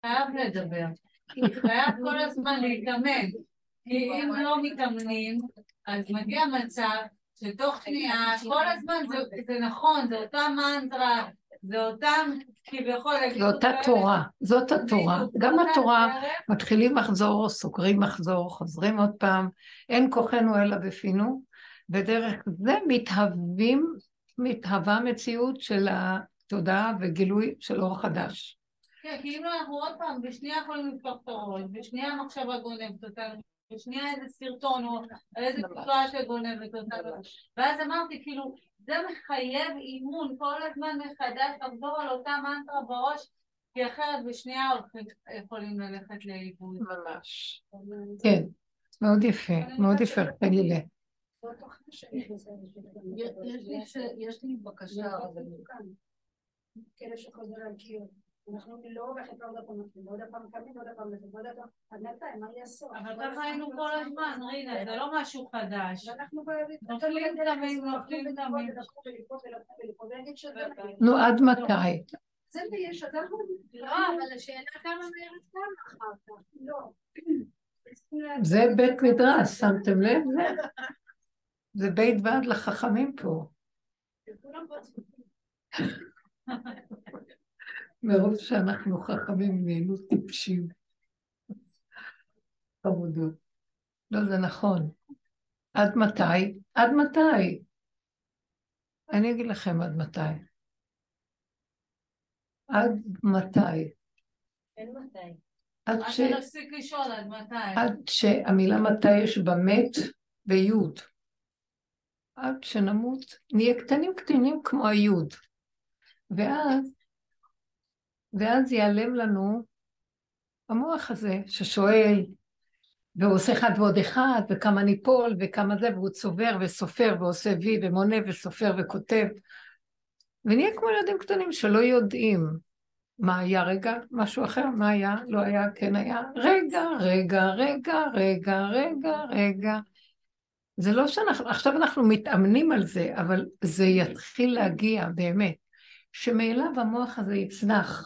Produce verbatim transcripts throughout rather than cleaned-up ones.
חייב לדבר. חייב כל הזמן להתאמן. כי אם לא מתאמנים, אז מגיע מצב שתוך שנייה, כל הזמן זה, זה נכון, זה אותה מנטרה, זה אותם כביכול... זה אותה תורה, זאת התורה. גם התורה מתחילים מחזור, סוגרים מחזור, חוזרים עוד פעם, אין כוחנו אלא בפינו, ודרך זה מתהווים, מתהווה מציאות של התודעה וגילוי של אור חדש. כן, כאילו אנחנו עוד פעם, בשנייה יכולים לפתוח את הראש, בשנייה המחשבה גונבת אותנו, בשנייה איזה סרטון או איזה סיטואציה גונבת אותנו. ואז אמרתי, כאילו, זה מחייב אימון כל הזמן מחדש, לחזור על אותה מנטרה בראש, כי אחרת בשנייה יכולים ללכת לאיבוד. ממש. כן, מאוד יפה, מאוד יפה, תגידי. יש לי בקשה, אבל... כלב שחוזר על קיר. אנחנו לא הולכת עוד הפעם, עוד הפעם קמים, עוד הפעם, עוד הפעם, עד מתי, מה יעשו? אבל ככה היינו כל הזמן, רינה, זה לא משהו חדש. ואנחנו חייבים, נופלים תמים, נופלים תמים. נו, עד מתי? זה ויש, אנחנו... לא, אבל השאלה כמה מהר את כמה אחר כך. לא. זה בית מדרש, שמתם לב? זה בית ועד לחכמים פה. מרוב שאנחנו חכמים נהיינו טיפשים. חמודות. לא, זה נכון. עד מתי? עד מתי? אני אגיד לכם עד מתי. עד מתי? אין מתי. עד עד ש... שנפסיק לשאול עד מתי. עד שהמילה מתי יש במת ויוד. עד שנמות, נהיה קטנים קטנים כמו היוד. ואז, ואז ייעלם לנו המוח הזה ששואל, והוא עושה אחד ועוד אחד, וכמה ניפול, וכמה זה, והוא צובר וסופר ועושה וי ומונה וסופר וכותב. ונהיה כמו ילדים קטנים שלא יודעים מה היה רגע, משהו אחר, מה היה, לא היה, כן היה, רגע, רגע, רגע, רגע, רגע, רגע. זה לא שאנחנו, עכשיו אנחנו מתאמנים על זה, אבל זה יתחיל להגיע באמת, שמאליו המוח הזה יצנח,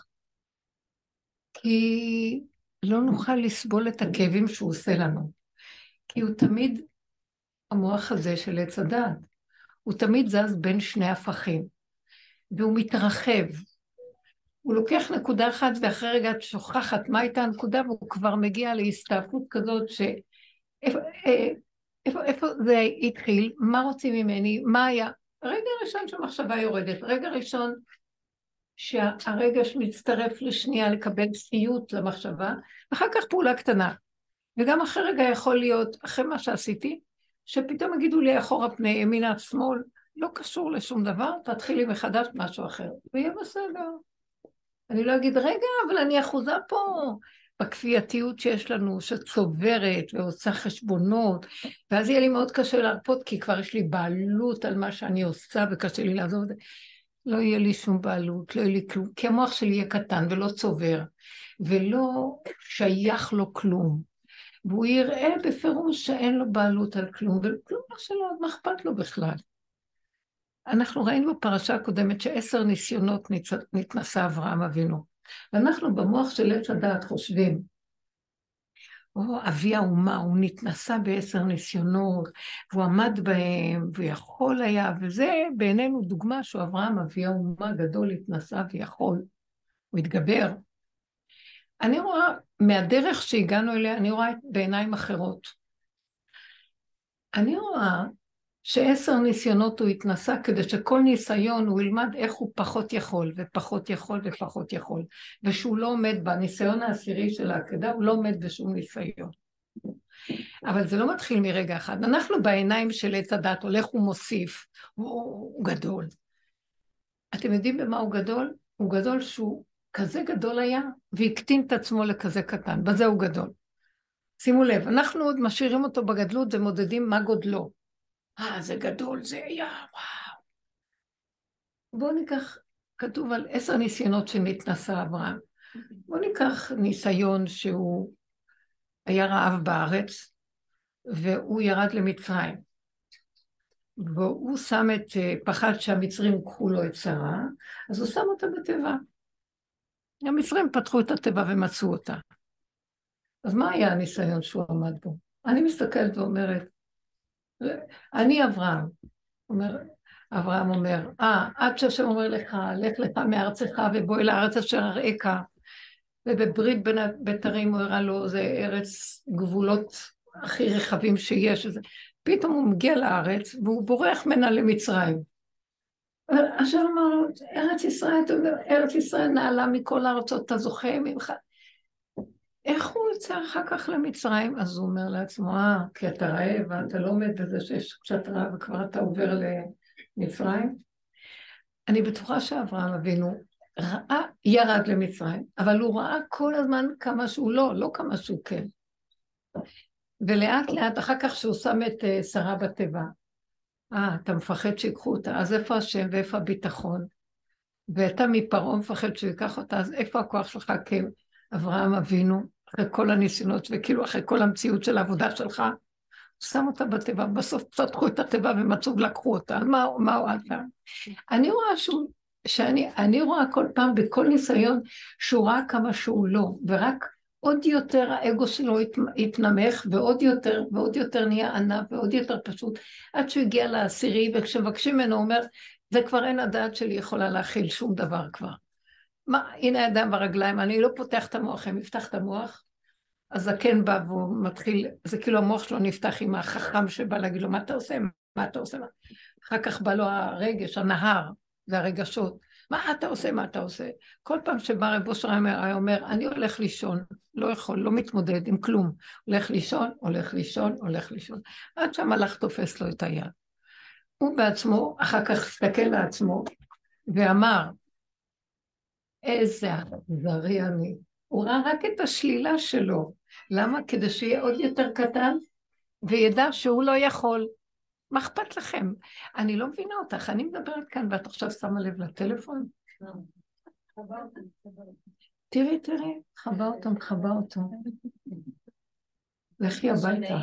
כי לא נוכל לסבול את הכאבים שהוא עושה לנו, כי הוא תמיד, המוח הזה של עץ הדעת, הוא תמיד זז בין שני הפכים, והוא מתרחב, הוא לוקח נקודה אחת ואחרי רגע את שוכחת מה הייתה הנקודה, והוא כבר מגיע להסתעפות כזאת ש... איפה, איפה, איפה זה התחיל? מה רוצים ממני? מה היה? רגע ראשון שהמחשבה יורדת, רגע ראשון שהרגש מצטרף לשנייה לקבל סיוט למחשבה, ואחר כך פעולה קטנה. וגם אחרי רגע יכול להיות, אחרי מה שעשיתי, שפתאום יגידו לי אחורה פני ימינה שמאל, לא קשור לשום דבר, תתחילי מחדש משהו אחר, ויהיה בסדר. אני לא אגיד, רגע, אבל אני אחוזה פה, בכפייתיות שיש לנו, שצוברת ועושה חשבונות, ואז יהיה לי מאוד קשה להרפות, כי כבר יש לי בעלות על מה שאני עושה, וקשה לי לעזוב את זה. לא יהיה לי שום בעלות, לא יהיה לי כלום, כי המוח שלי יהיה קטן ולא צובר, ולא שייך לו כלום. והוא יראה בפירוש שאין לו בעלות על כלום, וכלום לא שלו, מה אכפת לו בכלל. אנחנו ראינו בפרשה הקודמת שעשר ניסיונות נתנסה אברהם אבינו, ואנחנו במוח של עץ הדעת חושבים, או אבי האומה, הוא נתנסה בעשר ניסיונות, והוא עמד בהם, ויכול היה, וזה בעינינו דוגמה שהוא אברהם אבי האומה גדול התנסה ויכול, הוא התגבר. אני רואה, מהדרך שהגענו אליה, אני רואה בעיניים אחרות. אני רואה שעשר ניסיונות הוא התנסה, כדי שכל ניסיון הוא ילמד איך הוא פחות יכול, ופחות יכול ופחות יכול, ושהוא לא עומד בניסיון העשירי של העקדה, הוא לא עומד בשום ניסיון. אבל זה לא מתחיל מרגע אחד. אנחנו בעיניים של עץ הדת, הולך ומוסיף, הוא, הוא גדול. אתם יודעים במה הוא גדול? הוא גדול שהוא כזה גדול היה, והקטין את עצמו לכזה קטן, בזה הוא גדול. שימו לב, אנחנו עוד משאירים אותו בגדלות ומודדים מה גודלו. אה, זה גדול, זה היה, וואו. בואו ניקח, כתוב על עשר ניסיונות שנתנסה אברהם. בואו ניקח ניסיון שהוא היה רעב בארץ, והוא ירד למצרים. והוא שם את, פחד שהמצרים קחו לו את שרה, אז הוא שם אותה בטבע. המצרים פתחו את הטבע ומצאו אותה. אז מה היה הניסיון שהוא עמד בו? אני מסתכלת ואומרת, אני אברהם, אומר, אברהם אומר, אה, עד שהשם אומר לך, לך לך מארצך ובוא אל הארץ אשר אראך, ובברית בין הבתרים הוא הראה לו, זה ארץ גבולות הכי רחבים שיש, וזה. פתאום הוא מגיע לארץ, והוא בורח מנה למצרים. אבל השם אמר לו, ארץ ישראל, אתה אומר, ארץ ישראל נעלה מכל הארצות, אתה זוכה ממך. איך הוא יוצא אחר כך למצרים? אז הוא אומר לעצמו, אה, כי אתה רעב, ואתה לא עומד בזה שיש קצת רעב, וכבר אתה עובר למצרים. אני בטוחה שאברהם אבינו ראה, ירד למצרים, אבל הוא ראה כל הזמן כמה שהוא לא, לא כמה שהוא כן. ולאט לאט, אחר כך שהוא שם את uh, שרה בתיבה, אה, אתה מפחד שיקחו אותה, אז איפה השם ואיפה הביטחון? ואתה מפרעה מפחד שיקח אותה, אז איפה הכוח שלך כאברהם אבינו, אחרי כל הניסיונות, וכאילו אחרי כל המציאות של העבודה שלך, הוא שם אותה בתיבה, בסוף פתחו את התיבה ומצאו ולקחו אותה, מה, מה הוא עלתה? אני רואה שהוא, שאני, אני רואה כל פעם בכל ניסיון, שהוא ראה כמה שהוא לא, ורק עוד יותר האגו שלו התנמך, ועוד יותר, ועוד יותר נהיה ענב, ועוד יותר פשוט, עד שהוא הגיע לעשירי, וכשמבקשים ממנו, הוא אומר, זה כבר אין הדעת שלי יכולה להכיל שום דבר כבר. מה, הנה הידיים ברגליים, אני לא פותח את המוח, אם יפתח את המוח, אז הכן בא והוא מתחיל, זה כאילו המוח שלו נפתח עם החכם שבא להגיד לו, מה אתה עושה? מה אתה עושה? אחר כך בא לו הרגש, הנהר, והרגשות. מה אתה עושה? מה אתה עושה? כל פעם שבא רב אושר היה אומר, אני הולך לישון, לא יכול, לא מתמודד עם כלום. הולך לישון, הולך לישון, הולך לישון. עד שהמלאך תופס לו את היד. הוא בעצמו, אחר כך הסתכל לעצמו, ואמר, איזה אכזרי אני. הוא ראה רק את השלילה שלו. למה? כדי שיהיה עוד יותר קטן, וידע שהוא לא יכול. מה אכפת לכם? אני לא מבינה אותך, אני מדברת כאן, ואת עכשיו שמה לב לטלפון? תראי, תראי, חבא אותו, חבא אותו. לכי הביתה.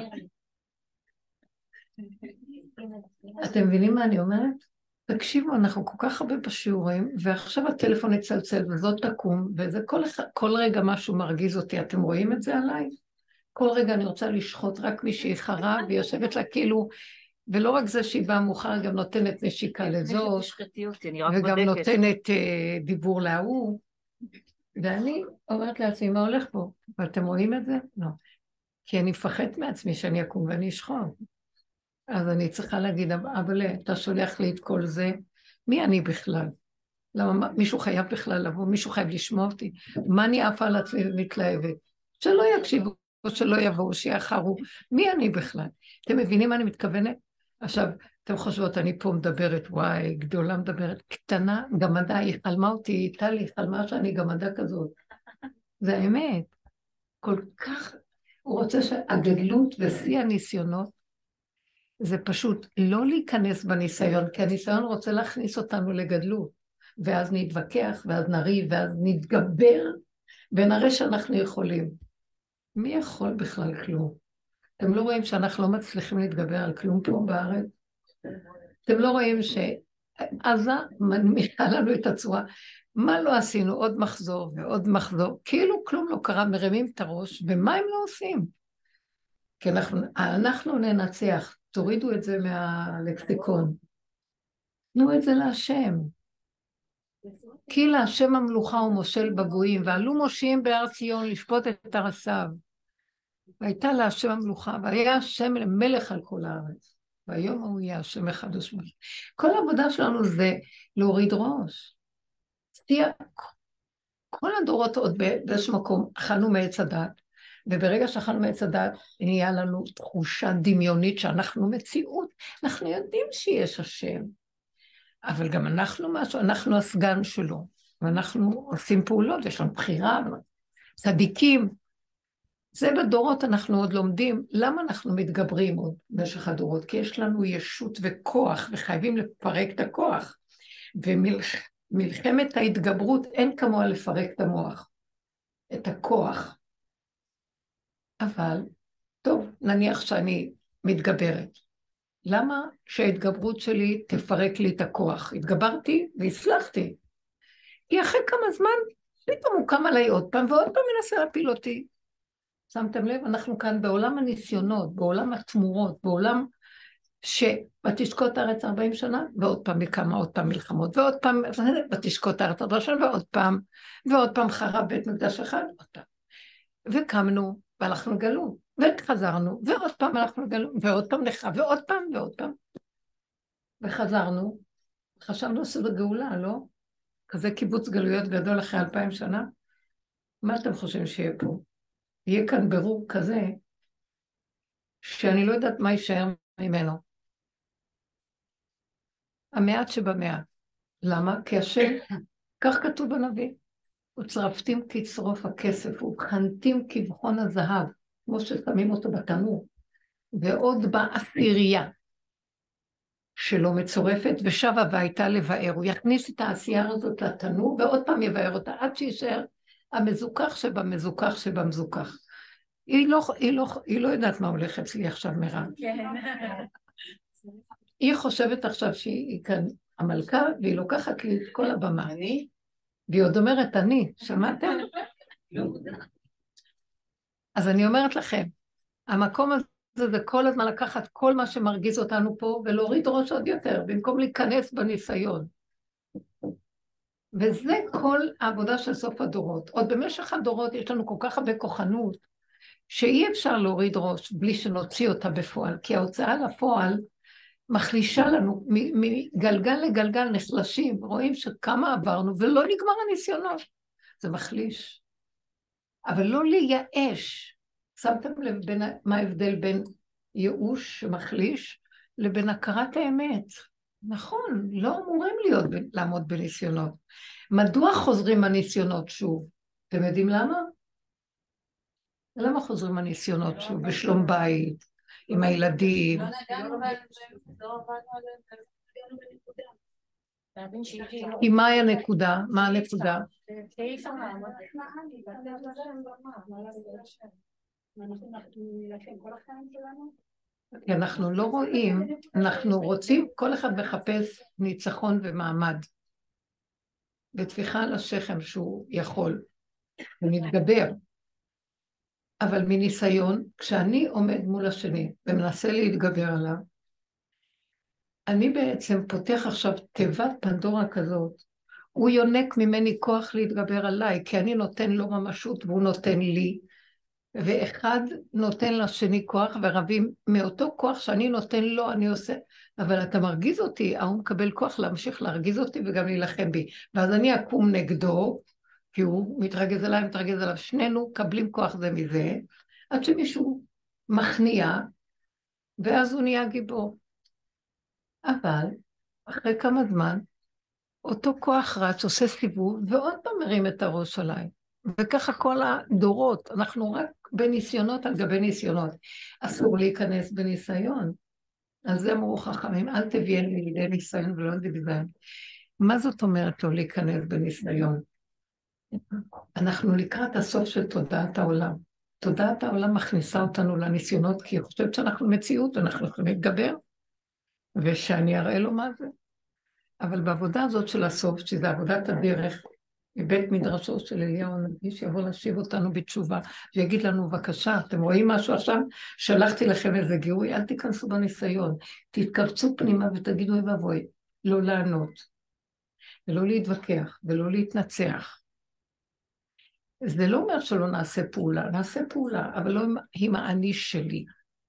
אתם מבינים מה אני אומרת? תקשיבו, אנחנו כל כך הרבה בשיעורים, ועכשיו הטלפון יצלצל, וזאת תקום, וזה כל, כל רגע משהו מרגיז אותי. אתם רואים את זה עליי? כל רגע אני רוצה לשחוט רק מישהי חרה, ויושבת לה כאילו, ולא רק זה שהיא באה מאוחר, גם נותנת נשיקה לזאת, וגם נותנת uh, דיבור להוא, ואני אומרת לעצמי, מה הולך פה? ואתם רואים את זה? לא. כי אני מפחד מעצמי שאני אקום ואני אשחור. אז אני צריכה להגיד, אבל אתה שולח לי את כל זה, מי אני בכלל? למה מישהו חייב בכלל לבוא, מישהו חייב לשמוע אותי? מה אני עפה על עצמי ומתלהבת? שלא יקשיבו, שלא יבואו, שיאחרו. מי אני בכלל? אתם מבינים מה אני מתכוונת? עכשיו, אתם חושבות, אני פה מדברת, וואי, גדולה מדברת, קטנה, גמדה, היא חלמה אותי, היא טלי, היא חלמה שאני גמדה כזאת. זה האמת. כל כך, הוא רוצה שהגדלות ושיא הניסיונות, זה פשוט לא להיכנס בניסיון, כי הניסיון רוצה להכניס אותנו לגדלות, ואז נתווכח, ואז נריב, ואז נתגבר, ונראה שאנחנו יכולים. מי יכול בכלל כלום? אתם לא רואים שאנחנו לא מצליחים להתגבר על כלום פה בארץ? אתם לא רואים שעזה מנמיכה לנו את הצורה? מה לא עשינו? עוד מחזור ועוד מחזור. כאילו כלום לא קרה, מרימים את הראש, ומה הם לא עושים? כי אנחנו, אנחנו ננצח. תורידו את זה מהלקסיקון. תנו את זה להשם. כי להשם המלוכה הוא מושל בגויים, ועלו מושיעים בהר ציון לשפוט את הרס"ב. והייתה להשם המלוכה, והיה השם למלך על כל הארץ. והיום הוא יהיה השם אחד ושמונה. כל העבודה שלנו זה להוריד ראש. תהיה, כל הדורות עוד באיזשהו מקום אכלנו מעץ הדת, וברגע שאכלנו מעץ הדת, נהיה לנו תחושה דמיונית שאנחנו מציאות. אנחנו יודעים שיש השם, אבל גם אנחנו משהו, אנחנו הסגן שלו, ואנחנו עושים פעולות, יש לנו בחירה, צדיקים. זה בדורות אנחנו עוד לומדים, למה אנחנו מתגברים עוד במשך הדורות? כי יש לנו ישות וכוח, וחייבים לפרק את הכוח. ומלחמת ההתגברות אין כמוה לפרק את המוח, את הכוח. אבל, טוב, נניח שאני מתגברת. למה שההתגברות שלי תפרק לי את הכוח? התגברתי והצלחתי. כי אחרי כמה זמן פתאום הוא קם עליי עוד פעם, ועוד פעם מנסה להפיל אותי. שמתם לב? אנחנו כאן בעולם הניסיונות, בעולם התמורות, בעולם שבתשקוט הארץ ארבעים שנה, ועוד פעם מקמה, עוד פעם מלחמות, ועוד פעם בתשקוט הארץ ארבעים שנה, ועוד פעם, ועוד פעם חרב בית מקדש אחד, עוד פעם. וקמנו, והלכנו גלות, וחזרנו, ועוד פעם הלכנו גלות, ועוד פעם נחרב, ועוד פעם, ועוד פעם. וחזרנו, חשבנו שזה גאולה, לא? כזה קיבוץ גלויות גדול אחרי אלפיים שנה. מה אתם חושבים שיהיה פה? יהיה כאן ברור כזה, שאני לא יודעת מה יישאר ממנו. המעט שבמעט. למה? כי השם, כך כתוב בנביא, וצרפתים כצרוף הכסף, וכחנתים כבחון הזהב, כמו ששמים אותו בתנור, ועוד בעשירייה שלא מצורפת, ושב הביתה לבאר. הוא יכניס את העשייה הזאת לתנור, ועוד פעם יבאר אותה, עד שישאר המזוכח שבמזוכח שבמזוכח. היא לא, היא לא, היא לא יודעת מה הולך אצלי עכשיו מרב. היא חושבת עכשיו שהיא כאן המלכה, והיא לוקחת לי את כל הבמה. אני? והיא עוד אומרת, אני, שמעתם? אז אני אומרת לכם, המקום הזה זה כל הזמן לקחת כל מה שמרגיז אותנו פה, ולהוריד ראש עוד יותר, במקום להיכנס בניסיון. וזה כל העבודה של סוף הדורות. עוד במשך הדורות יש לנו כל כך הרבה כוחנות, שאי אפשר להוריד ראש בלי שנוציא אותה בפועל, כי ההוצאה לפועל מחלישה לנו, מגלגל לגלגל נחלשים, רואים שכמה עברנו, ולא נגמר הניסיונות. זה מחליש. אבל לא לייאש. שמתם לב בין, מה ההבדל בין ייאוש שמחליש, לבין הכרת האמת. נכון, לא אמורים להיות, לעמוד בניסיונות. מדוע חוזרים הניסיונות שוב? אתם יודעים למה? למה חוזרים הניסיונות שוב? בשלום בית, עם הילדים. לא נגענו בהם, לא עבדנו עליהם. כי מה הנקודה? מה הנקודה? כי אנחנו לא רואים, אנחנו רוצים, כל אחד מחפש ניצחון ומעמד. וטפיחה על השכם שהוא יכול, ומתגבר. אבל מניסיון, כשאני עומד מול השני ומנסה להתגבר עליו, אני בעצם פותח עכשיו תיבת פנדורה כזאת, הוא יונק ממני כוח להתגבר עליי, כי אני נותן לו ממשות והוא נותן לי, ואחד נותן לשני כוח, ורבים מאותו כוח שאני נותן לו, אני עושה, אבל אתה מרגיז אותי, הוא מקבל כוח להמשיך להרגיז אותי וגם להילחם בי, ואז אני אקום נגדו, כי הוא מתרגז עליי, מתרגז עליו, שנינו קבלים כוח זה מזה, עד שמישהו מכניע, ואז הוא נהיה גיבור. אבל אחרי כמה זמן, אותו כוח רץ, עושה סיבוב, ועוד פעם מרים את הראש עליי. וככה כל הדורות, אנחנו רק בניסיונות על גבי ניסיונות. אסור להיכנס בניסיון. על זה אמרו חכמים, אל תביאן לי לידי ניסיון ולא בביזיון. מה זאת אומרת לא להיכנס בניסיון? אנחנו לקראת הסוף של תודעת העולם. תודעת העולם מכניסה אותנו לניסיונות, כי היא חושבת שאנחנו מציאות, אנחנו יכולים להתגבר, ושאני אראה לו מה זה. אבל בעבודה הזאת של הסוף, שזה עבודת הדרך, מבית מדרשו של אליהו הנביא, שיבוא להשיב אותנו בתשובה, ויגיד לנו, בבקשה, אתם רואים משהו עכשיו? שלחתי לכם איזה גירוי, אל תיכנסו בניסיון, תתכווצו פנימה ותגידו, אוי ואבוי, לא לענות, ולא להתווכח, ולא להתנצח. זה לא אומר שלא נעשה פעולה, נעשה פעולה, אבל לא עם האני שלי.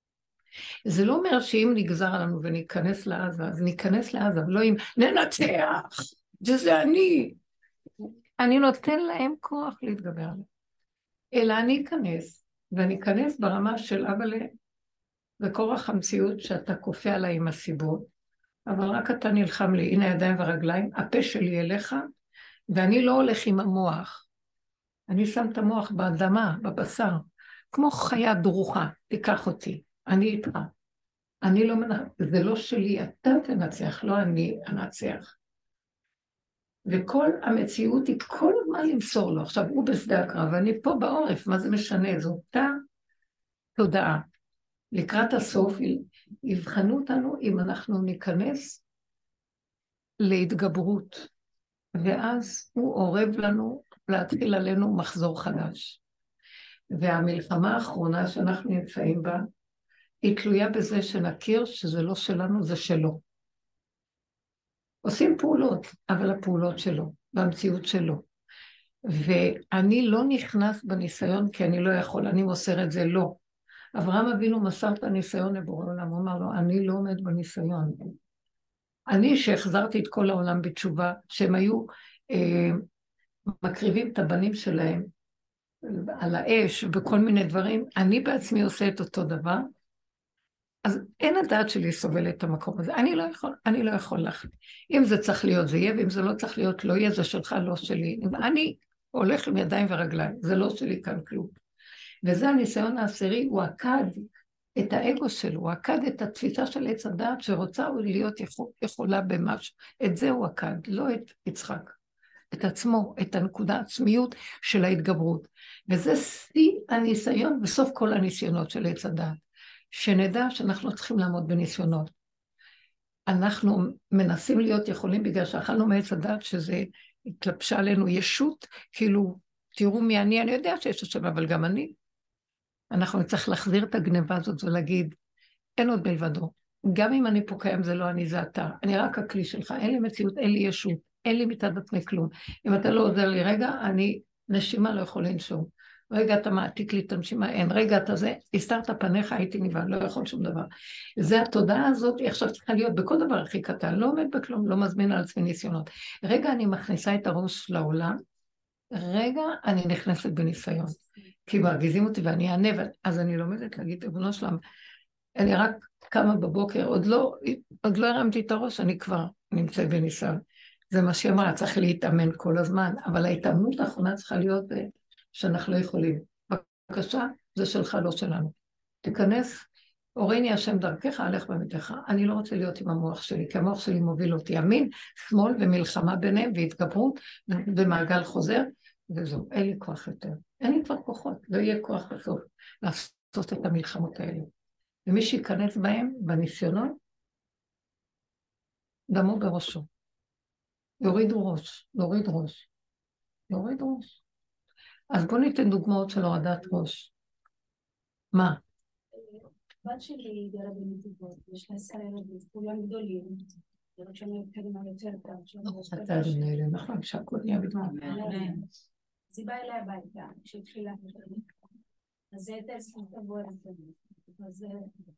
זה לא אומר שאם נגזר עלינו וניכנס לעזה, אז ניכנס לעזה, ולא אם ננצח, שזה אני. אני נותן להם כוח להתגבר עליהם. אלא אני אכנס, ואני אכנס ברמה של אבא וכורח המציאות שאתה כופה עליי עם הסיבות, אבל רק אתה נלחם לי, הנה הידיים והרגליים, הפה שלי אליך, ואני לא הולך עם המוח. אני שם את המוח באדמה, בבשר, כמו חיה דרוכה, תיקח אותי, אני איתך. אני לא מנצח, זה לא שלי, אתה תנצח, לא אני אנצח. וכל המציאות היא כל הזמן למסור לו. עכשיו הוא בשדה הקרב, ואני פה בעורף, מה זה משנה? זו אותה תודעה. לקראת הסוף, יבחנו אותנו אם אנחנו ניכנס להתגברות, ואז הוא עורב לנו להתחיל עלינו מחזור חדש. והמלחמה האחרונה שאנחנו נמצאים בה, היא תלויה בזה שנכיר שזה לא שלנו, זה שלו. עושים פעולות, אבל הפעולות שלו, במציאות שלו. ואני לא נכנס בניסיון כי אני לא יכול, אני מוסר את זה, לא. אברהם אבינו מסר את הניסיון לבורא עולם, הוא אמר לו, אני לא עומד בניסיון. אני שהחזרתי את כל העולם בתשובה, שהם היו אה, מקריבים את הבנים שלהם על האש ובכל מיני דברים, אני בעצמי עושה את אותו דבר, אז אין הדעת שלי סובל את המקום הזה. אני לא יכול, אני לא יכול לך. אם זה צריך להיות, זה יהיה, ואם זה לא צריך להיות, לא יהיה, זה שלך, לא שלי. אני הולך עם ידיים ורגליים, זה לא שלי כאן כלום. וזה הניסיון העשירי, הוא עקד את האגו שלו, הוא עקד את התפיסה של עץ הדעת, שרוצה להיות יכול, יכולה במשהו. את זה הוא עקד, לא את יצחק. את עצמו, את הנקודה העצמיות של ההתגברות. וזה שיא הניסיון, בסוף כל הניסיונות של עץ הדעת. שנדע שאנחנו צריכים לעמוד בניסיונות. אנחנו מנסים להיות יכולים בגלל שאכלנו מעץ הדעת שזה התלבשה עלינו ישות, כאילו, תראו מי אני, אני יודע שיש השם, אבל גם אני. אנחנו צריך להחזיר את הגניבה הזאת ולהגיד, אין עוד מלבדו. גם אם אני פה קיים, זה לא אני, זה אתה. אני רק הכלי שלך, אין לי מציאות, אין לי ישות, אין לי מצד עצמי כלום. אם אתה לא עוזר לי רגע, אני נשימה לא יכול לנשום. רגע אתה מעתיק לי את הנשימה, אין, רגע אתה זה, הסתרת פניך, הייתי נבהל, לא יכול שום דבר. זה התודעה הזאת, היא עכשיו צריכה להיות בכל דבר הכי קטן, לא עומד בכלום, לא מזמין על עצמי ניסיונות. רגע אני מכניסה את הראש לעולם, רגע אני נכנסת בניסיון, כי מרגיזים אותי ואני אענה, אז אני לומדת להגיד, אבונו שלם, אני רק קמה בבוקר, עוד לא, עוד לא הרמתי את הראש, אני כבר נמצאת בניסיון. זה מה שהיא אמרה, צריך להתאמן כל הזמן, אבל ההתאמנות האחרונה צריכה להיות שאנחנו לא יכולים. בבקשה, זה שלך, לא שלנו. תיכנס, הוריני השם דרכך, הלך במיתך. אני לא רוצה להיות עם המוח שלי, כי המוח שלי מוביל אותי ימין, שמאל ומלחמה ביניהם, והתגברות, ומעגל חוזר, וזהו, אין לי כוח יותר. אין לי כבר כוחות, לא יהיה כוח בסוף לעשות את המלחמות האלה. ומי שיכנס בהם, בניסיונות, דמו בראשו. יורידו ראש, יוריד ראש, יוריד ראש. אז בואו ניתן דוגמאות של הורדת ראש. מה? בת שלי גרה בנתיבות, יש לה עשרה ילדים, כולם גדולים, ורק שאני מתקדמה יותר טוב. אתה נהנה, נכון, שהכל נהיה בדמות. אז היא באה אליי הביתה, כשהתחילה להתחילה. אז זה הייתה זכות לבוא אליי. אז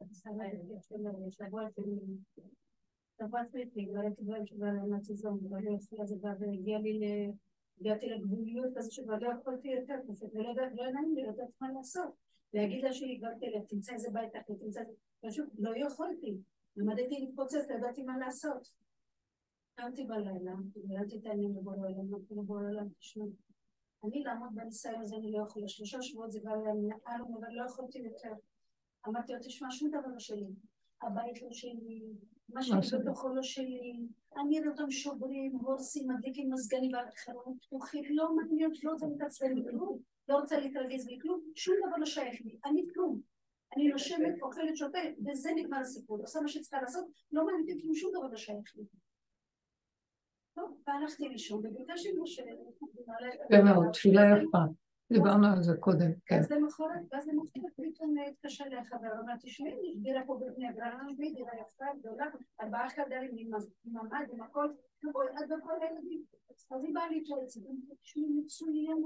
לבוא אליי. לבוא אליי, כבר הייתי דברים שכבר נציזון, כבר לא התחילה, זה כבר הגיע לי ל... הגעתי לגבוליות כזה שכבר לא יכולתי יותר, ולא נעים לי, לא יודעת מה לעשות. להגיד לה שהיא גרתי לה, תמצא איזה בית אחר, תמצא איזה... פשוט לא יכולתי. למדתי להתפוצץ, לא ידעתי מה לעשות. קמתי בלילה, גרתי את העניין לבורא עולם, אמרתי לבורא עולם, תשמעו. אני לעמוד בניסיון הזה, אני לא יכולה. שלושה שבועות זה כבר היה מעל, אבל לא יכולתי יותר. אמרתי לו, תשמע, שום דבר לא שלי. הבית לא שלי, מה שאני בתוכו לא שלי. אני רואה אותם שוברים, הורסים, מדליקים מזגנים והחלונות פתוחים. לא מעניין, לא רוצה להתעצבן בכלום. לא רוצה להתרגז בכלום. שום דבר לא שייך לי. אני כלום. אני נושמת, אוכלת, שותה, וזה נגמר הסיפור. עושה מה שצריכה לעשות, לא מעניין כלום, שום דבר לא שייך לי. טוב, והלכתי לישון, וביקשתי לו ש... מאוד, תפילה יפה. דיברנו על זה קודם, כן. אז למחרת, ואז למחרת פתאום התקשר לחבר, אמרתי שמי, יש דירה פה בבני ברק, שמי, דירה יפה, גדולה, ארבעה חדרים עם ממ"ד, עם הכל, עד בכל הילדים. אז היא באה לי תועצת, שמי מצוין,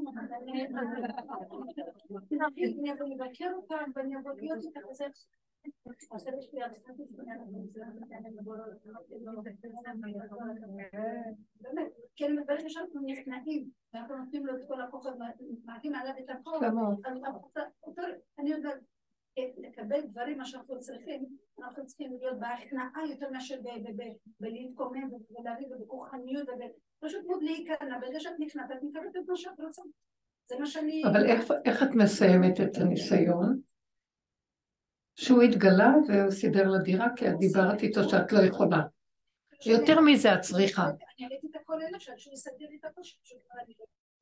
אני אבוא לבקר אותם, ואני אבוא להיות איתך, וזה... אז זה בשביל עצמתי, באמת, כן, ברגע שאנחנו נכנעים, ואנחנו נותנים לו את כל הכוחות, מעטים עליו את הכוח, אני יודעת, לקבל דברים מה שאנחנו צריכים, אנחנו צריכים להיות בהכנעה יותר מאשר בלהתקומם ולהביא בכוחניות, ופשוט מאוד להיכנע, ברגע שאת נכנעת, את מקבלת את מה שאת רוצה. זה מה שאני... אבל איך את מסיימת את הניסיון? שהוא התגלה והוא סידר לדירה, כי את דיברת איתו שאת לא יכולה. יותר מזה את צריכה. אני ראיתי את הכל אלה שאני אסדר לי את הכל שאני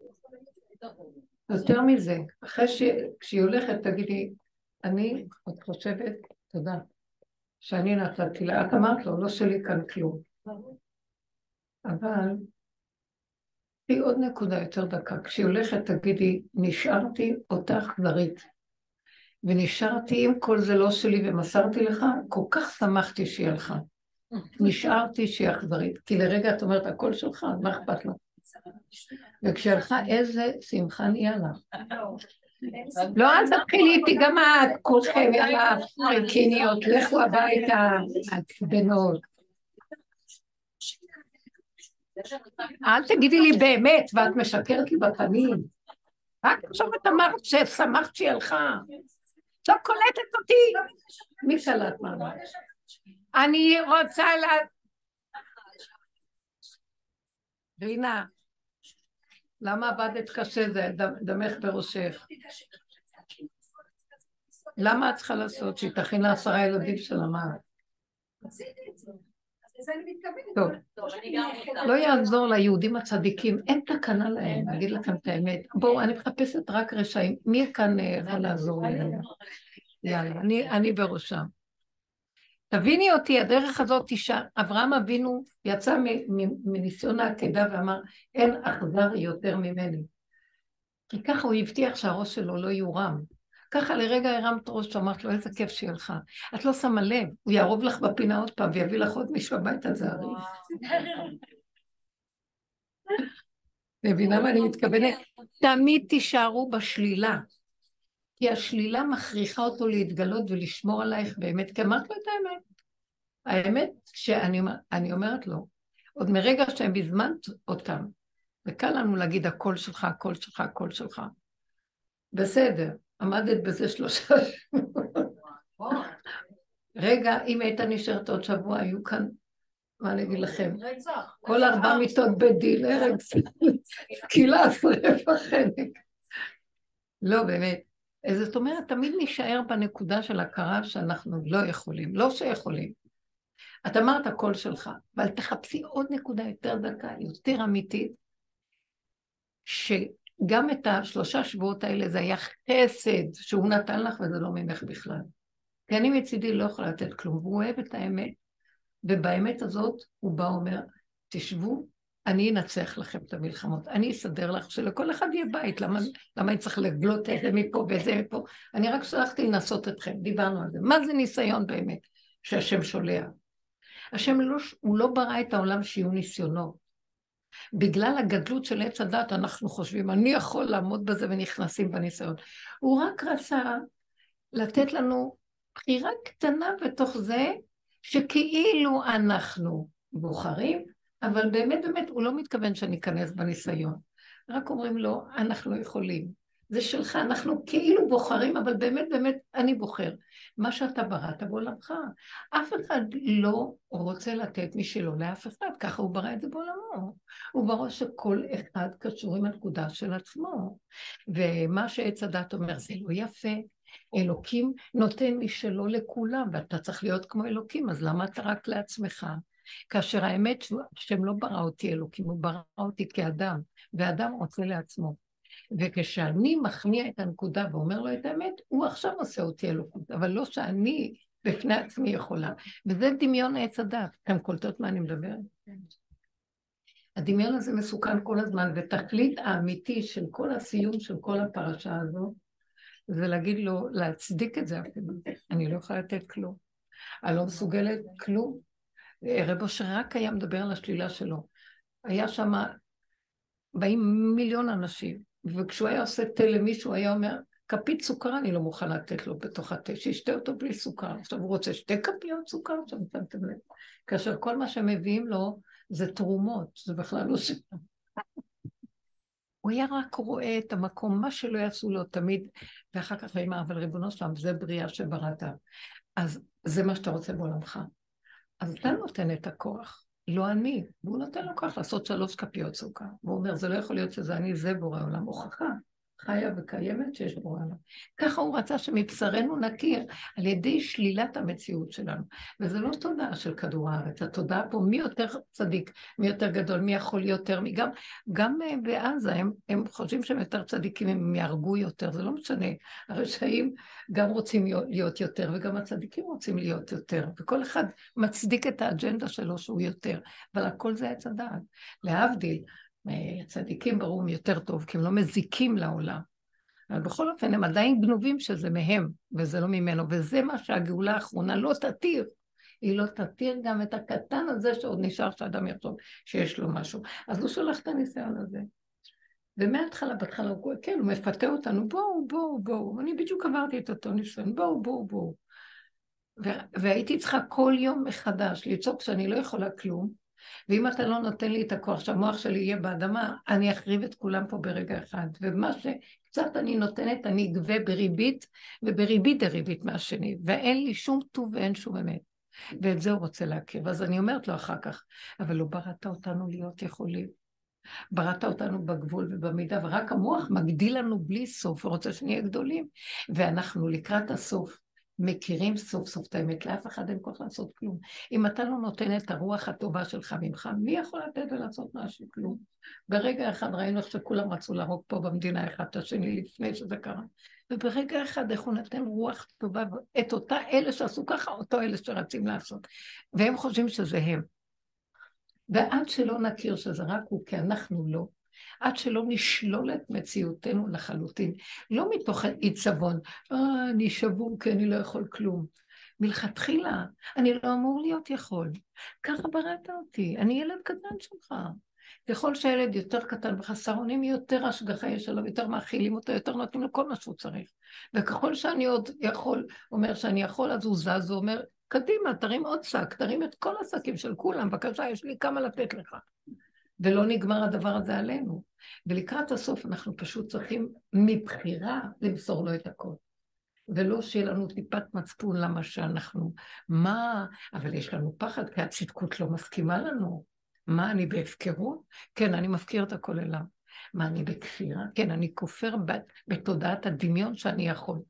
יותר מזה, אחרי שהיא הולכת תגידי, אני עוד חושבת, תודה, שאני נתתי לה, את אמרת לו, לא שלי כאן כלום. אבל היא עוד נקודה יותר דקה. כשהיא הולכת, תגידי, נשארתי אותה אכזרית, ונשארתי עם כל זה לא שלי ומסרתי לך, כל כך שמחתי שהיא הלכה. נשארתי שהיא אכזרית, כי לרגע את אומרת, הכל שלך, מה אכפת לך? וכשהלכה איזה שמחה נהיה לך. לא, אל תתחילי איתי גם את, כולכם, יאללה, רקיניות, לכו הביתה, עצבנות. אל תגידי לי באמת, ואת משקרת לי בפנים. רק עכשיו את אמרת ששמחת שהיא הלכה. לא קולטת אותי. מי קלט מה? אני רוצה לה... רינה, למה עבדת קשה זה? דמך בראשך. למה את צריכה לעשות? שהיא תכין לעשרה ילדים שלה, מה? טוב, לא יעזור ליהודים הצדיקים, אין תקנה להם, אגיד לכם את האמת. בואו, אני מחפשת רק רשעים. מי כאן יכול לעזור לי? יאללה, אני בראשם. תביני אותי, הדרך הזאת תשעה, אברהם אבינו יצא מניסיון העקדה ואמר, אין אכזר יותר ממני. כי ככה הוא הבטיח שהראש שלו לא יורם. ככה לרגע הרמת ראש, אמרת לו, איזה כיף שהיא הלכה. את לא שמה לב, הוא יערוב לך בפינה עוד פעם, ויביא לך עוד מישהו הביתה, זה הרי. מבינה מה אני מתכוונת? תמיד תישארו בשלילה. כי השלילה מכריחה אותו להתגלות ולשמור עלייך באמת, כי אמרת לו את האמת. האמת שאני אומרת לו, עוד מרגע שהם הזמנת אותם, וקל לנו להגיד הכל שלך, הכל שלך, הכל שלך. בסדר, עמדת בזה שלושה שבוע. רגע, אם היית נשארת עוד שבוע, היו כאן, מה אני אגיד לכם? כל ארבע מיטות בית דין, הרג, סקילה, שרף החנק. לא, באמת. זאת אומרת, תמיד נשאר בנקודה של הכרה שאנחנו לא יכולים, לא שיכולים. את אמרת הכל שלך, אבל תחפשי עוד נקודה יותר דקה, יותר אמיתית, שגם את השלושה שבועות האלה זה היה חסד שהוא נתן לך וזה לא ממך בכלל. כי אני מצידי לא יכולה לתת כלום, והוא אוהב את האמת, ובאמת הזאת הוא בא אומר, תשבו, אני אנצח לכם את המלחמות, אני אסדר לך שלכל אחד יהיה בית, למה, למה אני צריך לגלות את זה מפה וזה מפה, אני רק שלחתי לנסות אתכם, דיברנו על זה, מה זה ניסיון באמת שהשם שולח? השם לא, הוא לא ברא את העולם שיהיו ניסיונות, בגלל הגדלות של עץ הדת אנחנו חושבים, אני יכול לעמוד בזה ונכנסים בניסיון, הוא רק רצה לתת לנו בחירה קטנה בתוך זה, שכאילו אנחנו בוחרים, אבל באמת באמת הוא לא מתכוון שאני אכנס בניסיון. רק אומרים לו, אנחנו יכולים. זה שלך, אנחנו כאילו בוחרים, אבל באמת באמת אני בוחר. מה שאתה בראת בעולמך. אף אחד לא רוצה לתת משלו לאף אחד, ככה הוא ברא את זה בעולמו. הוא ברא שכל אחד קשור עם הנקודה של עצמו. ומה שעץ הדת אומר, זה לא יפה. אלוקים נותן משלו לכולם, ואתה צריך להיות כמו אלוקים, אז למה אתה רק לעצמך? כאשר האמת שהם לא ברא אותי אלוקים, הוא ברא אותי כאדם, ואדם רוצה לעצמו. וכשאני מכניע את הנקודה ואומר לו את האמת, הוא עכשיו עושה אותי אלוקות, אבל לא שאני בפני עצמי יכולה. וזה דמיון עץ הדת. אתם קולטות מה אני מדברת? הדמיון הזה מסוכן כל הזמן, ותכלית האמיתי של כל הסיום של כל הפרשה הזו, זה להגיד לו, להצדיק את זה אפילו. אני לא יכולה לתת כלום. אני לא מסוגלת כלום. רב אושר רק היה מדבר על השלילה שלו. היה שם, באים מיליון אנשים, וכשהוא היה עושה תה למישהו, היה אומר, כפית סוכר אני לא מוכן לתת לו בתוך התה, שישתה אותו בלי סוכר. עכשיו הוא רוצה שתי כפיות סוכר, עכשיו נתתם לב. כאשר כל מה שמביאים לו זה תרומות, זה בכלל לא שם. הוא היה רק רואה את המקום, מה שלא יעשו לו תמיד, ואחר כך הוא אמר, אבל ריבונו שלם, זה בריאה שבראת. אז זה מה שאתה רוצה בעולמך. אז אתה נותן את הכוח, לא אני, והוא נותן לו כוח לעשות שלוש כפיות סוכר. והוא אומר, זה לא יכול להיות שזה אני, זה בורא עולם, הוכחה, חיה וקיימת שיש בורא עולם. ככה הוא רצה שמבשרנו נכיר על ידי שלילת המציאות שלנו. וזה לא תודעה של כדור הארץ, התודעה פה מי יותר צדיק, מי יותר גדול, מי יכול יותר, מי גם, גם בעזה הם, הם חושבים שהם יותר צדיקים, הם יהרגו יותר, זה לא משנה. הרשעים גם רוצים להיות יותר, וגם הצדיקים רוצים להיות יותר, וכל אחד מצדיק את האג'נדה שלו שהוא יותר, אבל הכל זה עץ הדעת. להבדיל, צדיקים ברור יותר טוב, כי הם לא מזיקים לעולם. אבל בכל אופן הם עדיין גנובים שזה מהם, וזה לא ממנו, וזה מה שהגאולה האחרונה לא תתיר. היא לא תתיר גם את הקטן הזה שעוד נשאר שאדם יחשוב שיש לו משהו. אז הוא שולח את הניסיון הזה. ומההתחלה, בהתחלה הוא כן, הוא מפתה אותנו, בואו, בואו, בואו. אני בדיוק עברתי את אותו ניסיון, בואו, בואו, בואו. והייתי צריכה כל יום מחדש לצעוק שאני לא יכולה כלום, ואם אתה לא נותן לי את הכוח שהמוח שלי יהיה באדמה, אני אחריב את כולם פה ברגע אחד. ומה שקצת אני נותנת, אני אגבה בריבית, ובריבית דריבית מהשני, ואין לי שום טוב ואין שום אמת. ואת זה הוא רוצה להכיר. אז אני אומרת לו אחר כך, אבל לא בראת אותנו להיות יכולים. בראת אותנו בגבול ובמידה, ורק המוח מגדיל לנו בלי סוף, ורוצה שנהיה גדולים. ואנחנו לקראת הסוף, מכירים סוף סוף את האמת, לאף אחד אין כוח לעשות כלום. אם אתה לא נותן את הרוח הטובה שלך ממך, מי יכול לתת ולעשות משהו כלום? ברגע אחד ראינו שכולם רצו להרוג פה במדינה אחד את השני לפני שזה קרה. וברגע אחד איך הוא נתן רוח טובה, את אותה אלה שעשו ככה, אותו אלה שרצים לעשות. והם חושבים שזה הם. ועד שלא נכיר שזה רק הוא, כי אנחנו לא, עד שלא נשלול את מציאותנו לחלוטין, לא מתוך עיצבון, אה, אני שבור כי אני לא יכול כלום. מלכתחילה, אני לא אמור להיות יכול. ככה בראת אותי, אני ילד קטן שלך. ככל שהילד יותר קטן וחסר אונים, יותר השגחה יש עליו, יותר מאכילים אותו, יותר נותנים לו כל מה שהוא צריך. וככל שאני עוד יכול, אומר שאני יכול, אז הוא זז, הוא אומר, קדימה, תרים עוד שק, תרים את כל השקים של כולם, בבקשה, יש לי כמה לתת לך. ולא נגמר הדבר הזה עלינו. ולקראת הסוף אנחנו פשוט צריכים מבחירה למסור לו את הכל. ולא שיהיה לנו טיפת מצפון למה שאנחנו, מה, אבל יש לנו פחד, כי הצדקות לא מסכימה לנו. מה, אני בהפקרות? כן, אני מפקיר את הכל אליו. מה, אני בכפירה? כן, אני כופר בתודעת הדמיון שאני יכול.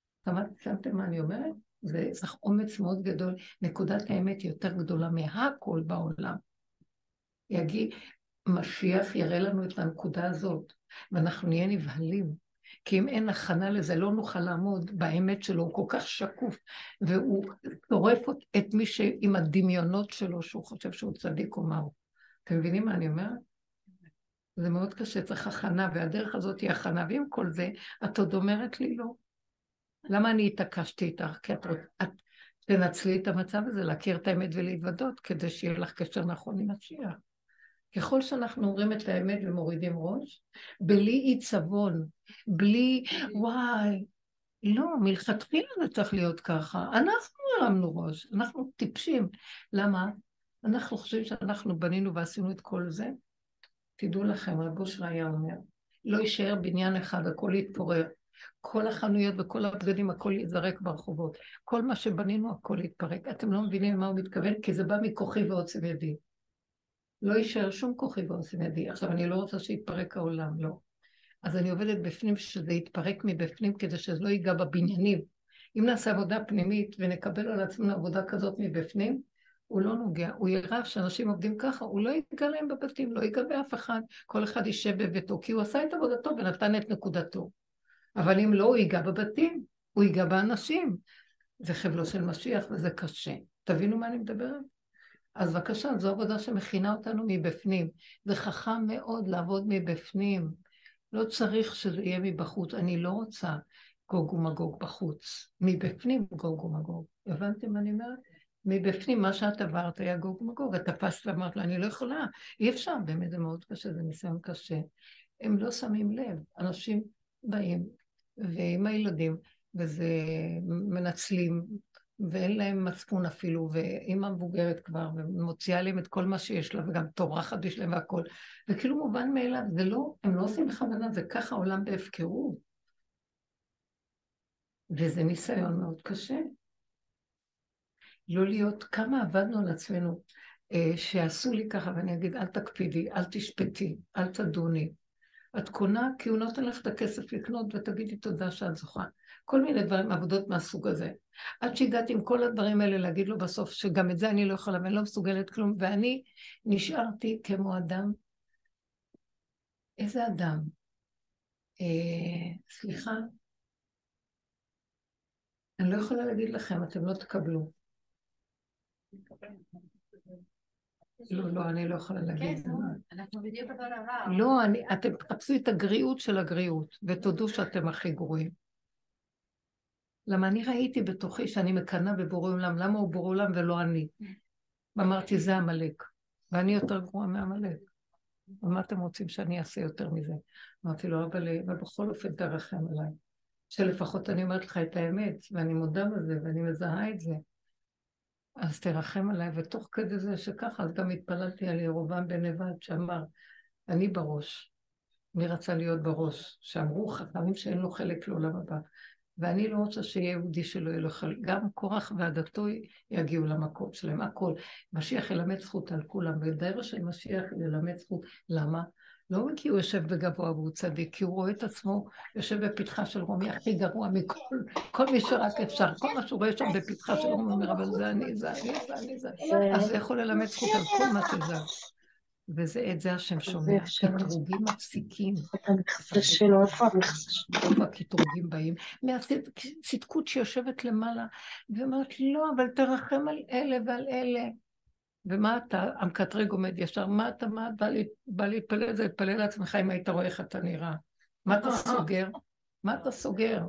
שמתם מה אני אומרת? זה צריך אומץ מאוד גדול, נקודת האמת יותר גדולה מהכל בעולם. יגיד, משיח יראה לנו את הנקודה הזאת, ואנחנו נהיה נבהלים, כי אם אין הכנה לזה, לא נוכל לעמוד באמת שלו, הוא כל כך שקוף, והוא טורף את מי שעם הדמיונות שלו, שהוא חושב שהוא צדיק או מהו. אתם מבינים מה אני אומרת? זה מאוד קשה, צריך הכנה, והדרך הזאת היא הכנה, ועם כל זה, את עוד אומרת לי לא. למה אני התעקשתי איתך? כי את, את תנצלי את המצב הזה, להכיר את האמת ולהתוודות, כדי שיהיה לך קשר נכון עם משיח. ככל שאנחנו אומרים את האמת ומורידים ראש, בלי עיצבון, בלי, וואי, לא, מלכתחילה זה צריך להיות ככה. אנחנו הרמנו ראש, אנחנו טיפשים. למה? אנחנו חושבים שאנחנו בנינו ועשינו את כל זה. תדעו לכם, רב אושר היה אומר, לא יישאר בניין אחד, הכל יתפורר. כל החנויות וכל הבגדים, הכל יזרק ברחובות. כל מה שבנינו, הכל יתפרק. אתם לא מבינים מה הוא מתכוון, כי זה בא מכוחי ועוצם ידי. לא יישאר שום כוחי ועוצם ידי. עכשיו, אני לא רוצה שיתפרק העולם, לא. אז אני עובדת בפנים שזה יתפרק מבפנים, כדי שזה לא ייגע בבניינים. אם נעשה עבודה פנימית ונקבל על עצמנו עבודה כזאת מבפנים, הוא לא נוגע. הוא יראה שאנשים עובדים ככה, הוא לא ייגע להם בבתים, לא ייגע באף אחד. כל אחד יישב בביתו, כי הוא עשה את עבודתו ונתן את נקודתו. אבל אם לא, הוא ייגע בבתים, הוא ייגע באנשים. זה חבלו של משיח וזה קשה. תבינו מה אני מדברת? אז בבקשה, זו עבודה שמכינה אותנו מבפנים. זה חכם מאוד לעבוד מבפנים. לא צריך שזה יהיה מבחוץ. אני לא רוצה גוג ומגוג בחוץ. מבפנים גוג ומגוג. הבנתם מה אני אומרת? מבפנים, מה שאת עברת היה גוג ומגוג. את תפסת ואמרת לה, אני לא יכולה. אי אפשר, באמת זה מאוד קשה, זה ניסיון קשה. הם לא שמים לב. אנשים באים ועם הילדים, וזה מנצלים, ואין להם מצפון אפילו, ואמא מבוגרת כבר, ומוציאה להם את כל מה שיש לה, וגם תורחת יש להם והכל, וכאילו מובן מאליו, זה לא, הם לא עושים בכוונה, זה ככה עולם בהפקרות. וזה ניסיון מאוד קשה. לא להיות, כמה עבדנו על עצמנו, שעשו לי ככה, ואני אגיד, אל תקפידי, אל תשפטי, אל תדוני. את קונה, כי הוא נותן לך את הכסף לקנות, ותגידי תודה שאת זוכה. כל מיני דברים, עבודות מהסוג הזה. עד שהגעתי עם כל הדברים האלה להגיד לו בסוף, שגם את זה אני לא יכולה, ואני לא מסוגלת כלום, ואני נשארתי כמו אדם. איזה אדם? אה, סליחה? אני לא יכולה להגיד לכם, אתם לא תקבלו. לא, לא, אני לא יכולה להגיד. כן, אנחנו בדיוק אותו דבר. לא, אני, אתם תחפשו את הגריעות של הגריעות, ותודו שאתם הכי גרועים. למה אני ראיתי בתוכי שאני מקנאה בבורא עולם, למה הוא בורא עולם ולא אני? ואמרתי, זה המלאק, ואני יותר גרועה מהמלאק. ומה אתם רוצים שאני אעשה יותר מזה? אמרתי לו, אבל, אבל בכל אופן תרחם עליי, שלפחות אני אומרת לך את האמת, ואני מודה בזה, ואני מזהה את זה. אז תרחם עליי, ותוך כדי זה שככה, אז גם התפללתי על ירובעם בן נבט, שאמר, אני בראש, מי רצה להיות בראש, שאמרו חכמים שאין לו חלק לעולם הבא, ואני לא רוצה שיהיה יהודי שלא יהיה לו חלק, גם קורח ועדתו יגיעו למקום שלהם, הכל. משיח ילמד זכות על כולם, בדרך של משיח ילמד זכות, למה? לא כי הוא יושב בגבוה והוא צדיק, כי הוא רואה את עצמו יושב בפתחה של רומי הכי גרוע מכל, כל מי שרק אפשר, כל מה שהוא רואה שם בפתחה של רומי, אומר, אבל זה אני, זה אני, זה אני, זה אני, אז זה יכול ללמד זכות על כל מה שזה. וזה, את זה השם שומע, קטרוגים מפסיקים. את המכסה שלו, איפה המכסה שלו? איפה הקטרוגים באים? מהצדקות שיושבת למעלה, ואומרת, לא, אבל תרחם על אלה ועל אלה. ומה אתה, המקטרג עומד ישר, מה אתה, מה בא, לי, בא להתפלל, זה להתפלל לעצמך אם היית רואה איך אתה נראה. מה אתה סוגר? מה אתה סוגר?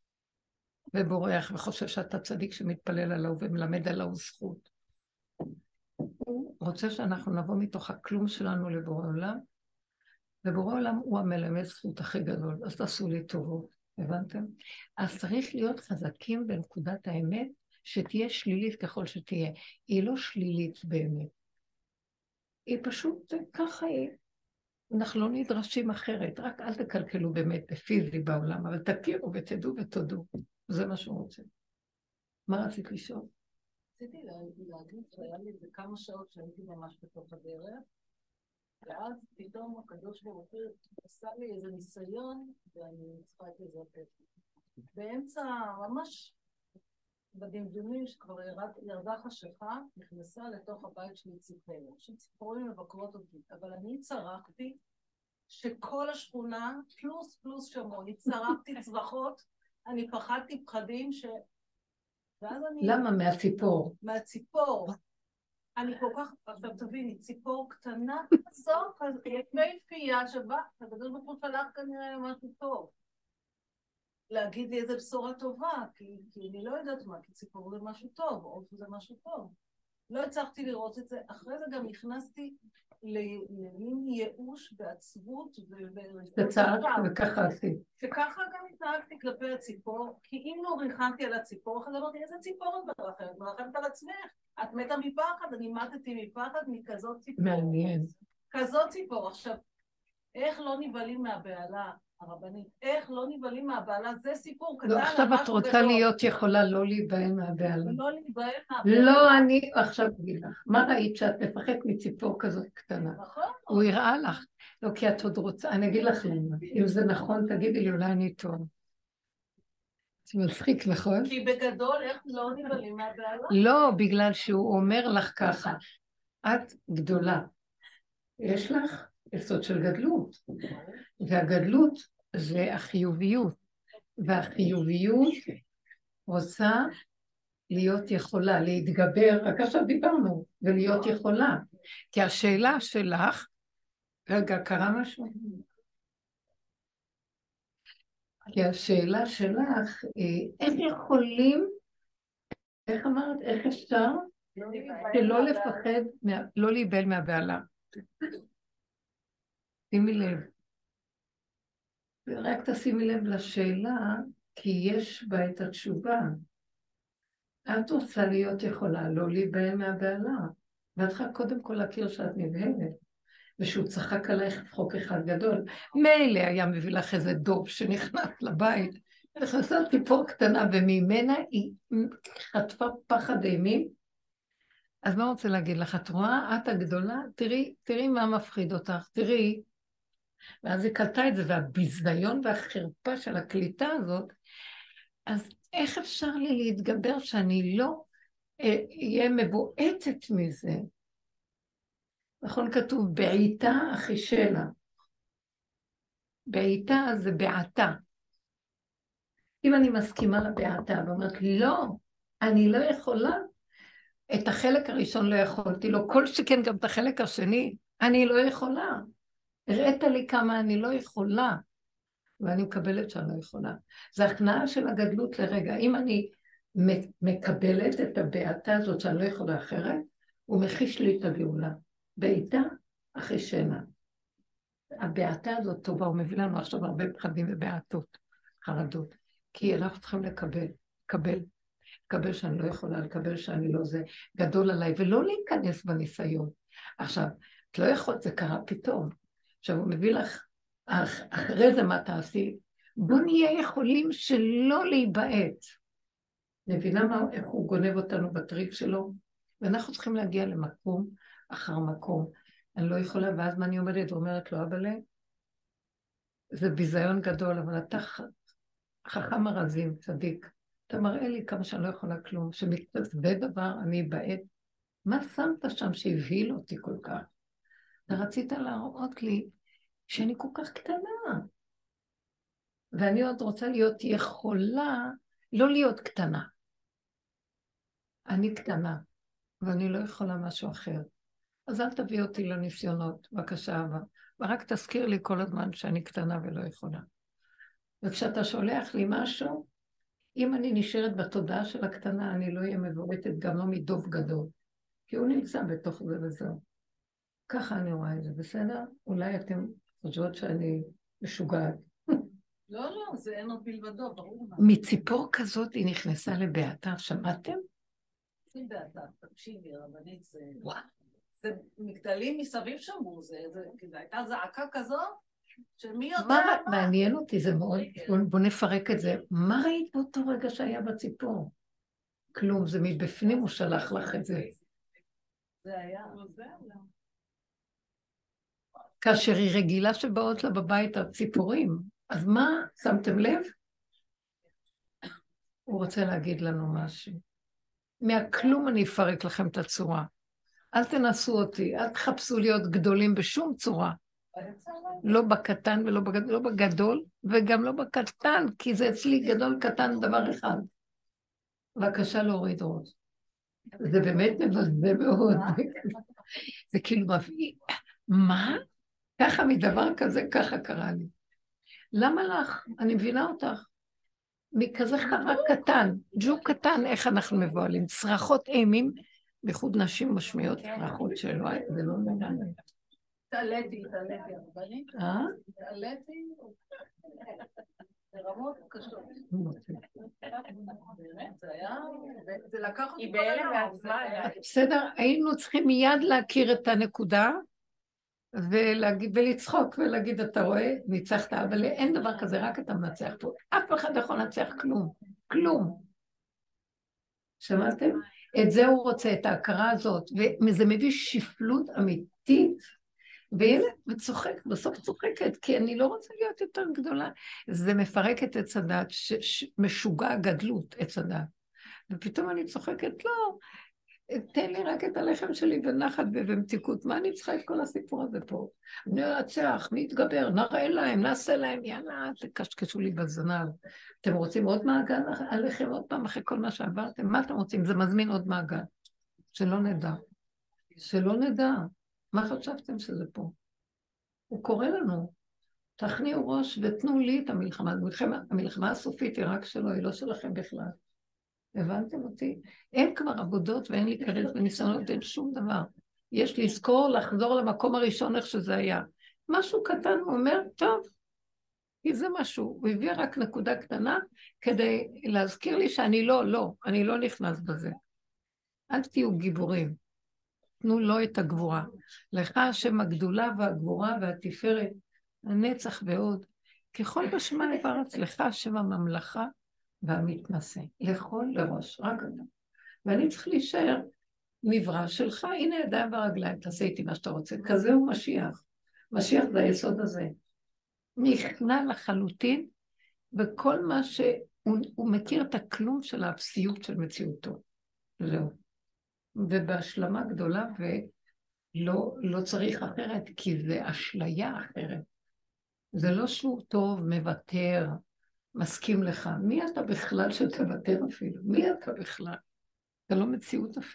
ובורח וחושב שאתה צדיק שמתפלל עליו ומלמד עליו זכות. הוא רוצה שאנחנו נבוא מתוך הכלום שלנו לבורא עולם, ובורא עולם הוא המלמד זכות הכי גדול, אז תעשו לי טובות, הבנתם? אז צריך להיות חזקים בנקודת האמת, שתהיה שלילית ככל שתהיה. היא לא שלילית באמת. היא פשוט ככה היא. אנחנו לא נדרשים אחרת, רק אל תקלקלו באמת בפיזי בעולם, אבל תכירו ותדעו ותודו. זה מה שהוא רוצה. מה רצית לשאול? רציתי להגיד שהיה לי איזה כמה שעות שהייתי ממש בתוך הדרך, ואז פתאום הקדוש ברוך הוא עשה לי איזה ניסיון, ואני צריכה את זה לתת. באמצע, ממש בדמדומים שכבר ירד, ירדה חשיכה, נכנסה לתוך הבית שלי ציפור, שציפורים מבקרות אותי, אבל אני צרקתי שכל השכונה, פלוס פלוס שמוני, צרקתי צווחות, אני פחדתי פחדים ש... ואז אני... למה? מהציפור. מהציפור. אני כל כך, עכשיו תביני, ציפור קטנה כזאת, יפהפייה שבה, הקדוש ברוך הוא שלח כנראה משהו טוב. להגיד לי איזה בשורה טובה, כי, כי אני לא יודעת מה, כי ציפור זה משהו טוב, עוף זה משהו טוב. לא הצלחתי לראות את זה, אחרי זה גם נכנסתי למין ייאוש בעצבות וצעקת וככה עשית. שככה גם התנהגתי כלפי הציפור, כי אם לא ריחמתי על הציפור, אחרי זה אמרתי, איזה ציפור את מרחמת? מרחמת על עצמך, את מתה מפחד, אני מתתי מפחד מכזאת ציפור. מעניין. כזאת ציפור, עכשיו, איך לא נבהלים מהבעלה? הרבנית, איך לא נבהלים מהבעלה? זה סיפור קטן. לא, עכשיו את רוצה להיות יכולה לא להיבהל מהבעלה. לא להיבהל מהבעלה. לא, אני עכשיו אגיד לך. מה ראית שאת מפחדת מציפור כזאת קטנה? נכון. הוא הראה לך. לא, כי את עוד רוצה, אני אגיד לך למה. אם זה נכון, תגידי לי, אולי אני טוב. זה מצחיק, נכון? כי בגדול, איך לא נבהלים מהבעלה? לא, בגלל שהוא אומר לך ככה. את גדולה. יש לך יסוד של גדלות. והגדלות זה החיוביות. והחיוביות רוצה להיות יכולה, להתגבר, רק עכשיו דיברנו, ולהיות יכולה. כי השאלה שלך, רגע, קרה משהו? כי השאלה שלך, איך יכולים, איך אמרת, איך אפשר, שלא לפחד, לא להיבהל מהבעלה. שימי לב. ורק תשימי לב לשאלה, כי יש בה את התשובה. את רוצה להיות יכולה, לא להיבהל מהבעלה. ואת צריכה קודם כל להכיר שאת נבהלת, ושהוא צחק עלייך צחוק אחד גדול. מילא היה מביא לך איזה דוב שנכנס לבית, נכנסה ציפור קטנה, וממנה היא חטפה פחד אימים. אז מה רוצה להגיד לך? את רואה, את הגדולה, תראי, תראי מה מפחיד אותך, תראי. ואז היא קלטה את זה, והביזיון והחרפה של הקליטה הזאת, אז איך אפשר לי להתגבר שאני לא אהיה מבועטת מזה? נכון כתוב, בעיתה אחישלה. בעיתה זה בעתה. אם אני מסכימה לבעתה ואומרת, לא, אני לא יכולה, את החלק הראשון לא יכולתי לו, כל שכן גם את החלק השני, אני לא יכולה. הראית לי כמה אני לא יכולה, ואני מקבלת שאני לא יכולה. זה הכנעה של הגדלות לרגע. אם אני מקבלת את הבעתה הזאת שאני לא יכולה אחרת, הוא מחיש לי את הגאולה. בעיתה אחרי שינה. הבעתה הזאת טובה, הוא מביא לנו עכשיו הרבה פחדים ובעתות, חרדות. כי אנחנו צריכים לקבל, לקבל, לקבל שאני לא יכולה, לקבל שאני לא זה גדול עליי, ולא להיכנס בניסיון. עכשיו, את לא יכולת, זה קרה פתאום. עכשיו הוא מביא לך, אח, אחרי זה מה תעשי? בוא נהיה יכולים שלא להיבעט. מבינה מה, איך הוא גונב אותנו בטריק שלו? ואנחנו צריכים להגיע למקום אחר מקום. אני לא יכולה, ואז מה אני אומרת? אומרת לו, אבא, זה ביזיון גדול, אבל אתה חכם הרזים, צדיק. אתה מראה לי כמה שאני לא יכולה כלום, שמקצת דבר אני אבעט. מה שמת שם שהבהיל אותי כל כך? אתה רצית להראות לי שאני כל כך קטנה. ואני עוד רוצה להיות יכולה, לא להיות קטנה. אני קטנה, ואני לא יכולה משהו אחר. אז אל תביא אותי לניסיונות, בבקשה אבא. ורק תזכיר לי כל הזמן שאני קטנה ולא יכולה. וכשאתה שולח לי משהו, אם אני נשארת בתודעה של הקטנה, אני לא אהיה מבועטת גם לא מדוב גדול. כי הוא נמצא בתוך זה וזהו. ככה אני רואה את זה, בסדר? אולי אתם חושבות שאני משוגעת. לא, לא, זה אין עוד בלבדו, ברור. מציפור כזאת היא נכנסה לבעתה, שמעתם? זה בעתה, תקשיבי, רבנית, זה... זה מגדלים מסביב שמור, זה הייתה זעקה כזו, שמי יודע מה? מה מעניין אותי, זה מאוד, בוא נפרק את זה. מה ראית באותו רגע שהיה בציפור? כלום, זה מבפנים, הוא שלח לך את זה. זה היה... כאשר היא רגילה שבאות לה בבית הציפורים, אז מה, שמתם לב? הוא רוצה להגיד לנו משהו. מהכלום אני אפרק לכם את הצורה. אל תנסו אותי, אל תחפשו להיות גדולים בשום צורה. לא בקטן ולא בגדול, לא בגדול וגם לא בקטן, כי זה אצלי גדול קטן דבר אחד. בבקשה להוריד ראש. זה באמת מבזה מאוד. זה כאילו מביא, מה? ככה מדבר כזה, ככה קרה לי. למה לך? אני מבינה אותך. מכזה חרק קטן, ג'ו קטן, איך אנחנו מבועלים? צרחות אימים, בייחוד נשים משמיעות צרחות שלו, זה לא נראה. תעלתי, תעלתי, הרבנית. אה? תעלתי, זה רמות קשות. באמת, זה היה, זה לקח אותי כל העולם. בסדר, היינו צריכים מיד להכיר את הנקודה, ולצחוק ולהגיד, אתה רואה, ניצחת, אבל אין דבר כזה, רק אתה מנצח פה. אף אחד לא יכול לנצח כלום, כלום. שמעתם? את זה הוא רוצה, את ההכרה הזאת, וזה מביא שפלות אמיתית, וילד וצוחק, בסוף צוחקת, כי אני לא רוצה להיות יותר גדולה. זה מפרק את עץ הדת, משוגע גדלות עץ הדת. ופתאום אני צוחקת, לא, תן לי רק את הלחם שלי בנחת ובמתיקות, מה אני צריכה את כל הסיפור הזה פה? נרצח, נתגבר, נראה להם, נעשה להם, יאללה, תקשקשו לי בזנב. אתם רוצים עוד מעגל עליכם עוד פעם אחרי כל מה שעברתם? מה אתם רוצים? זה מזמין עוד מעגל. שלא נדע. שלא נדע. מה חשבתם שזה פה? הוא קורא לנו. תכניעו ראש ותנו לי את המלחמה. המלחמה, המלחמה הסופית היא רק שלו, היא לא שלכם בכלל. הבנתם אותי? אין כבר עבודות ואין לי כרת וניסיונות, אין שום דבר. יש לזכור לחזור למקום הראשון איך שזה היה. משהו קטן, הוא אומר, טוב, כי זה משהו. הוא הביא רק נקודה קטנה כדי להזכיר לי שאני לא, לא, אני לא נכנס בזה. אל תהיו גיבורים. תנו לו את הגבורה. לך השם הגדולה והגבורה והתפארת, הנצח ועוד. ככל בשמיים בארץ, לך השם הממלכה, והמתנשא, לכל לראש, רק אתה. ואני צריך להישאר נברא שלך, הנה הידיים והרגליים, תעשה איתי מה שאתה רוצה. כזה הוא משיח. משיח זה היסוד הזה. נכנע לחלוטין, וכל מה שהוא מכיר את הכלום של האפסיות של מציאותו. זהו. ובהשלמה גדולה, ולא לא צריך אחרת, כי זה אשליה אחרת. זה לא שהוא טוב, מוותר, מסכים לך. מי אתה בכלל שתוותר אפילו? מי אתה בכלל? אתה לא מציאות אפילו.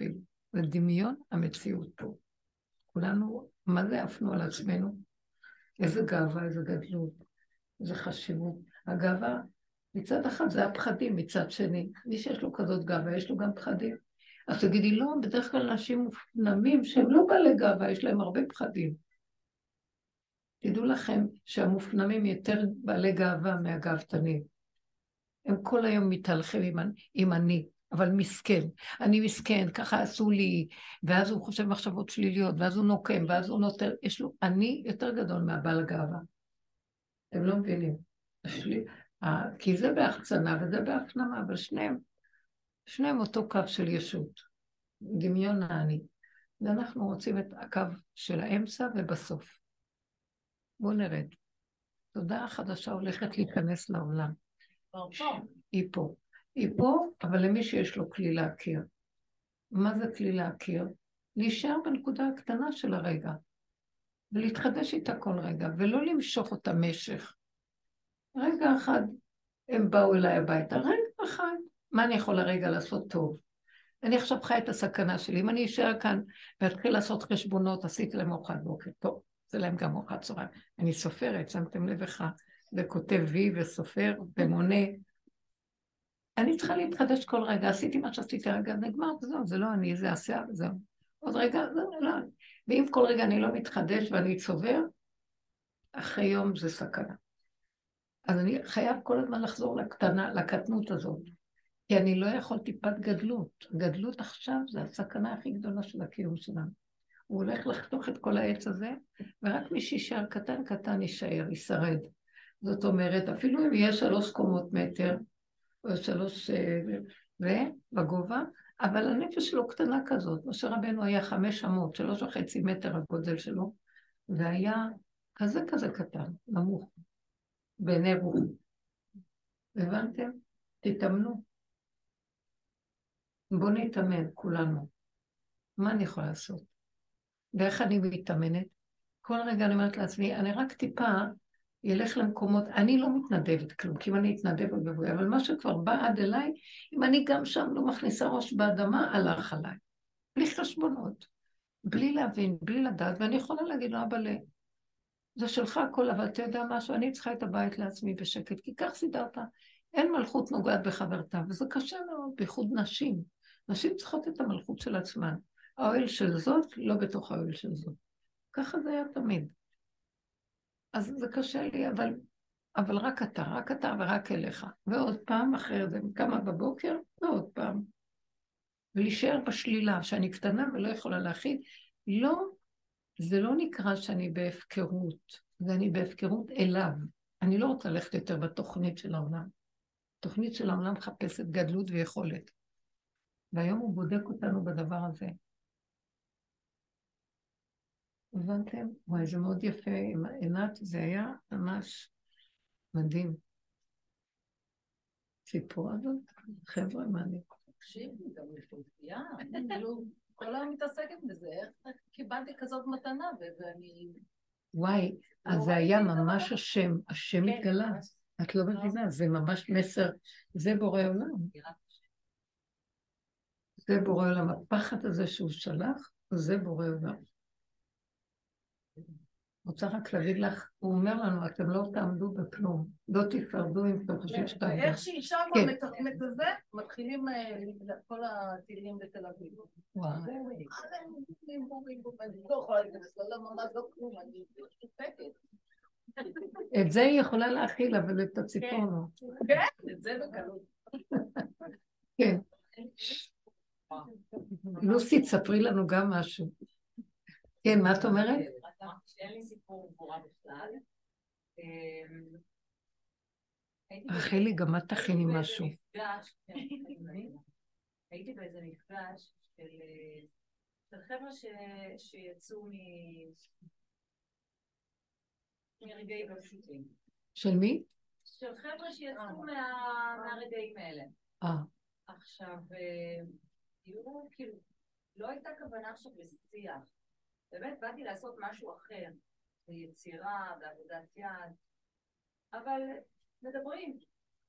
זה דמיון המציאות פה. כולנו, מה זה עפנו על עצמנו? איזה גאווה, איזה גדלות, איזה חשיבות. הגאווה, מצד אחד זה הפחדים, מצד שני. מי שיש לו כזאת גאווה, יש לו גם פחדים. אז תגידי, לא, בדרך כלל אנשים מופנמים שהם לא בעלי גאווה, יש להם הרבה פחדים. תדעו לכם שהמופנמים יותר בעלי גאווה מהגאוותנים. הם כל היום מתהלכים עם, עם אני, אבל מסכן. אני מסכן, ככה עשו לי, ואז הוא חושב מחשבות שליליות, ואז הוא נוקם, ואז הוא נותר, יש לו אני יותר גדול מהבעל הגאווה. אתם לא מבינים. שלי, כי זה בהחצנה וזה בהפנמה, אבל שניהם, שניהם אותו קו של ישות, דמיון העני. ואנחנו רוצים את הקו של האמצע ובסוף. בואו נרד. תודה החדשה הולכת להיכנס לעולם. היא פה. היא פה, אבל למי שיש לו כלי להכיר. מה זה כלי להכיר? להישאר בנקודה הקטנה של הרגע, ולהתחדש איתה כל רגע, ולא למשוך אותה משך. רגע אחד, הם באו אליי הביתה, רגע אחד, מה אני יכול הרגע לעשות טוב? אני עכשיו חי את הסכנה שלי, אם אני אשאר כאן ואתחיל לעשות חשבונות, עשיתי להם ארוחת בוקר, טוב, זה להם גם ארוחת צהריים. אני סופרת, שמתם לב לך, וכותב וי וסופר ומונה. אני צריכה להתחדש כל רגע, עשיתי מה שעשיתי רגע, נגמר, וזהו, זה לא אני, זה עשייה, וזהו. עוד רגע, זה לא אני. ואם כל רגע אני לא מתחדש ואני צובר, אחרי יום זה סכנה. אז אני חייב כל הזמן לחזור לקטנה, לקטנות הזאת. כי אני לא יכול טיפת גדלות. גדלות עכשיו זה הסכנה הכי גדולה של הקיום שלנו. הוא הולך לחתוך את כל העץ הזה, ורק מי שישאר קטן קטן יישאר, ישרד. זאת אומרת, אפילו אם יהיה שלוש קומות מטר, או שלוש, ובגובה, אבל הנפש שלו קטנה כזאת. משה רבנו היה חמש אמות, שלוש וחצי מטר הגודל שלו, והיה כזה כזה קטן, נמוך, בעיני רוח. הבנתם? תתאמנו. בואו נתאמן, כולנו. מה אני יכולה לעשות? ואיך אני מתאמנת? כל רגע אני אומרת לעצמי, אני רק טיפה ילך למקומות, אני לא מתנדבת כלום, כי אם אני אתנדב בבואי, אבל מה שכבר בא עד אליי, אם אני גם שם לא מכניסה ראש באדמה, הלך עליי. בלי חשבונות, בלי להבין, בלי לדעת, ואני יכולה להגיד לו, אבל זה שלך הכל, אבל אתה יודע משהו, אני צריכה את הבית לעצמי בשקט, כי כך סידרת, אין מלכות נוגעת בחברתה, וזה קשה מאוד, בייחוד נשים. נשים צריכות את המלכות של עצמן. האוהל של זאת, לא בתוך האוהל של זאת. ככה זה היה תמיד. אז זה קשה לי, אבל, אבל רק אתה, רק אתה ורק אליך. ועוד פעם, אחרי זה, כמה בבוקר, ועוד פעם. ולהישאר בשלילה, שאני קטנה ולא יכולה להכיל. לא, זה לא נקרא שאני בהפקרות, זה אני בהפקרות אליו. אני לא רוצה ללכת יותר בתוכנית של העולם. התוכנית של העולם מחפשת גדלות ויכולת. והיום הוא בודק אותנו בדבר הזה. הבנתם? וואי, זה מאוד יפה עם עינת, זה היה ממש מדהים. סיפור הזאת, חבר'ה, מה אני... תקשיבי, גם לפעייה, כאילו, כל היום מתעסקת בזה, איך קיבלתי כזאת מתנה, ואני... וואי, אז זה היה ממש השם, השם התגלה. את לא מבינה, זה ממש מסר, זה בורא עולם. זה בורא עולם, הפחד הזה שהוא שלח, זה בורא עולם. רוצה רק להגיד לך, הוא אומר לנו, אתם לא תעמדו בכלום, לא תפרדו אם אתם חושבים שתעמדו. ואיך שאישה כבר מתאמת את זה, מתחילים כל הטילים בתל אביב. וואו. אני לא יכולה להיכנס, לא ממש לא כלום, אני שופטת. את זה היא יכולה להכיל, אבל את הציפור לא. כן, את זה בקלות. כן. לוסי, תספרי לנו גם משהו. כן, מה את אומרת? אין לי סיפור גבורה בכלל. רחלי, גם את תכיני משהו. הייתי באיזה מפגש של חבר'ה שיצאו מרגעים לא פשוטים. של מי? של חבר'ה שיצאו מהרגעים האלה. אה. עכשיו, תראו, כאילו, לא הייתה כוונה עכשיו לשיח. באמת באתי לעשות משהו אחר, ביצירה, בעבודת יד, אבל מדברים.